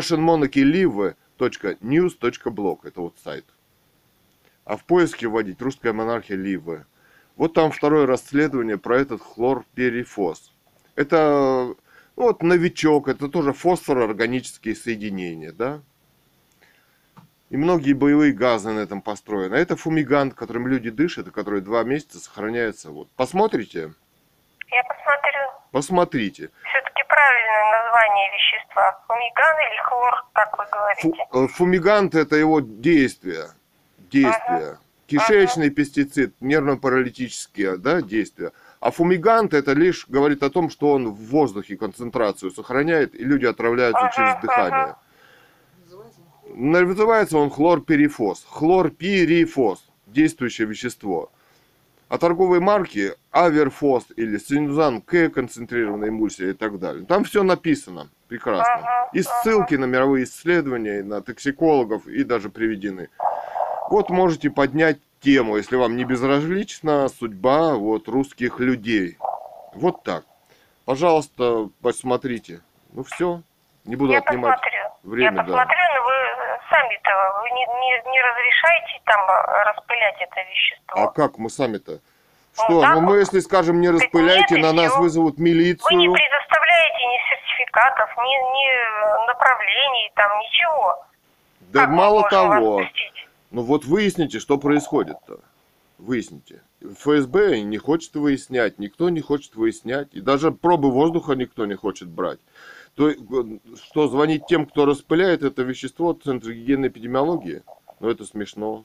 russianmonarchylive.news.blog. Это вот сайт. А в поиске вводить русская монархия Ливе. Вот там второе расследование про этот хлорпирифос. Это вот новичок, это тоже фосфороорганические соединения, да? И многие боевые газы на этом построены. А это фумигант, которым люди дышат, и который 2 месяца сохраняется. Вот. Посмотрите? Я посмотрю. Посмотрите. Все-таки правильное название вещества. Фумиган или хлор, как вы говорите? Фумигант это его действие. Кишечный пестицид, нервно-паралитические, да, действия. А фумигант это лишь говорит о том, что он в воздухе концентрацию сохраняет, и люди отравляются через дыхание. Называется он хлорпирифос. Хлорпирифос. Действующее вещество. А торговые марки Аверфос или Синузан К, концентрированная эмульсия и так далее. Там все написано прекрасно. И ссылки на мировые исследования, на токсикологов и даже приведены. Вот можете поднять тему, если вам не безразлична судьба вот русских людей. Вот так. Пожалуйста, посмотрите. Ну все, не буду отнимать время. Я посмотрю, но вы сами-то вы не разрешаете там распылять это вещество. А как мы сами-то? Что, ну мы если скажем не распыляйте, на нас вызовут милицию. Вы не предоставляете ни сертификатов, ни направлений, там ничего. Да Как мы мало можем вас того, пустить? ну вот выясните, что происходит-то. Выясните. ФСБ не хочет выяснять, никто не хочет выяснять, и даже пробы воздуха никто не хочет брать. То, что звонить тем, кто распыляет это вещество, Центр гигиены и эпидемиологии? Ну это смешно.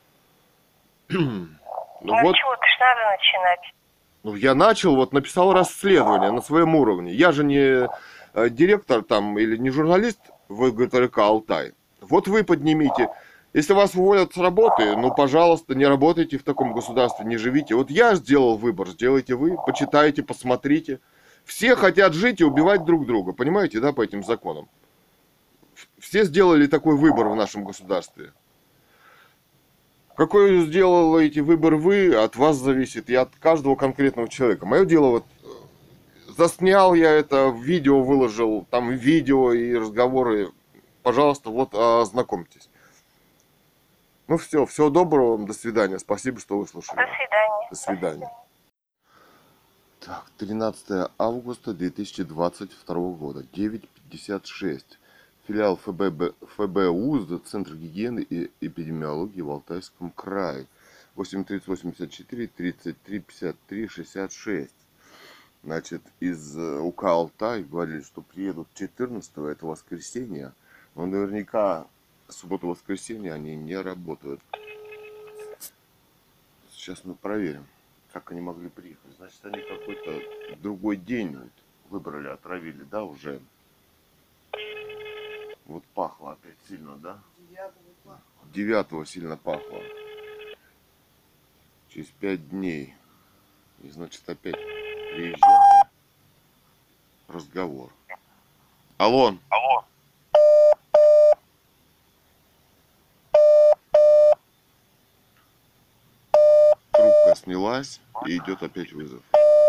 Ну Ну вот, чего-то ж надо начинать. ну я начал, вот написал расследование на своем уровне. Я же не директор там или не журналист в ГТРК «Алтай». Вот вы поднимите. Если вас уволят с работы, ну, пожалуйста, не работайте в таком государстве, не живите. Вот я сделал выбор, сделайте вы, почитайте, посмотрите. Все хотят жить и убивать друг друга, понимаете, да, по этим законам. Все сделали такой выбор в нашем государстве. Какой сделаете выбор вы, от вас зависит и от каждого конкретного человека. Мое дело вот, заснял я это, видео выложил, там видео и разговоры. Пожалуйста, вот ознакомьтесь. Ну все, всего доброго вам, до свидания. Спасибо, что выслушали. До свидания. До свидания. Так, 13 августа 2022 года, 9:56. Филиал ФБ УЗ, Центр гигиены и эпидемиологии в Алтайском крае. 83084 33 53 66. Значит, из УК Алтай говорили, что приедут 14-го, это воскресенье. Но наверняка субботу-воскресенье они не работают. Сейчас мы проверим, как они могли приехать. Значит, они какой-то другой день вот выбрали, отравили, да, уже. Вот пахло опять сильно, да? 9-го сильно пахло. Через 5 дней. И значит опять приезжали. Разговор. Алло. Алло. Трубка снялась и идет опять вызов.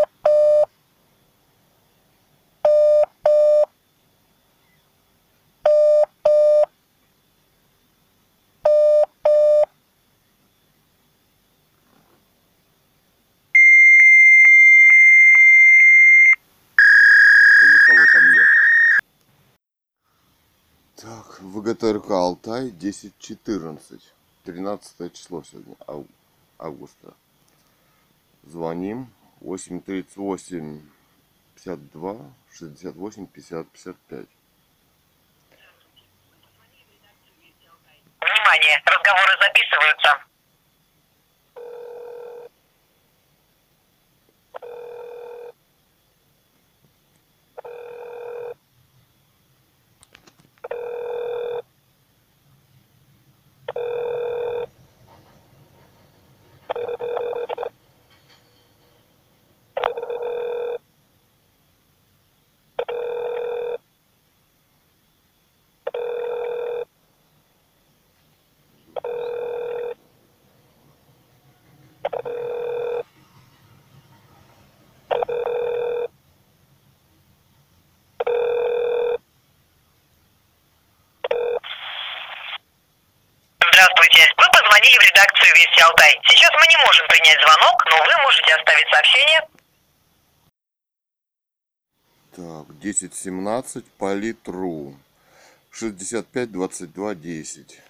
Никого там нет. Так, ВГТРК Алтай 10:14. 13 число сегодня, августа. Звоним. 838 52 68 50 55. Внимание, разговоры записываются. Здравствуйте. Вы позвонили в редакцию Вести Алтай. Сейчас мы не можем принять звонок, но вы можете оставить сообщение. Так, 10:17 Политру. 65 22 10.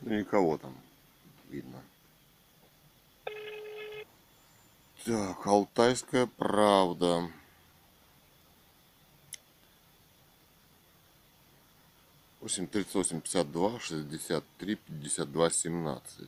Ну, никого там видно. Так, Алтайская правда. Восемь 38 52 63 52 17.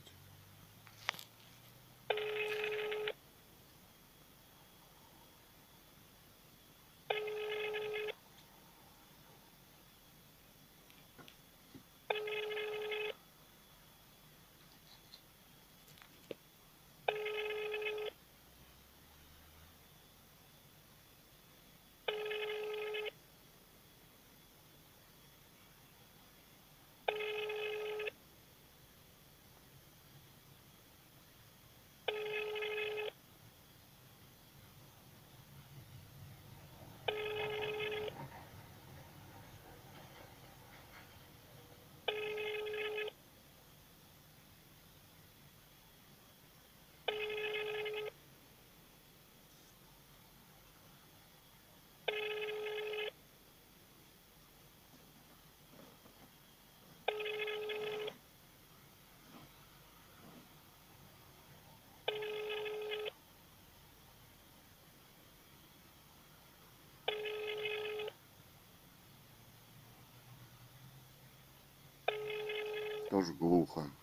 Тоже глухо.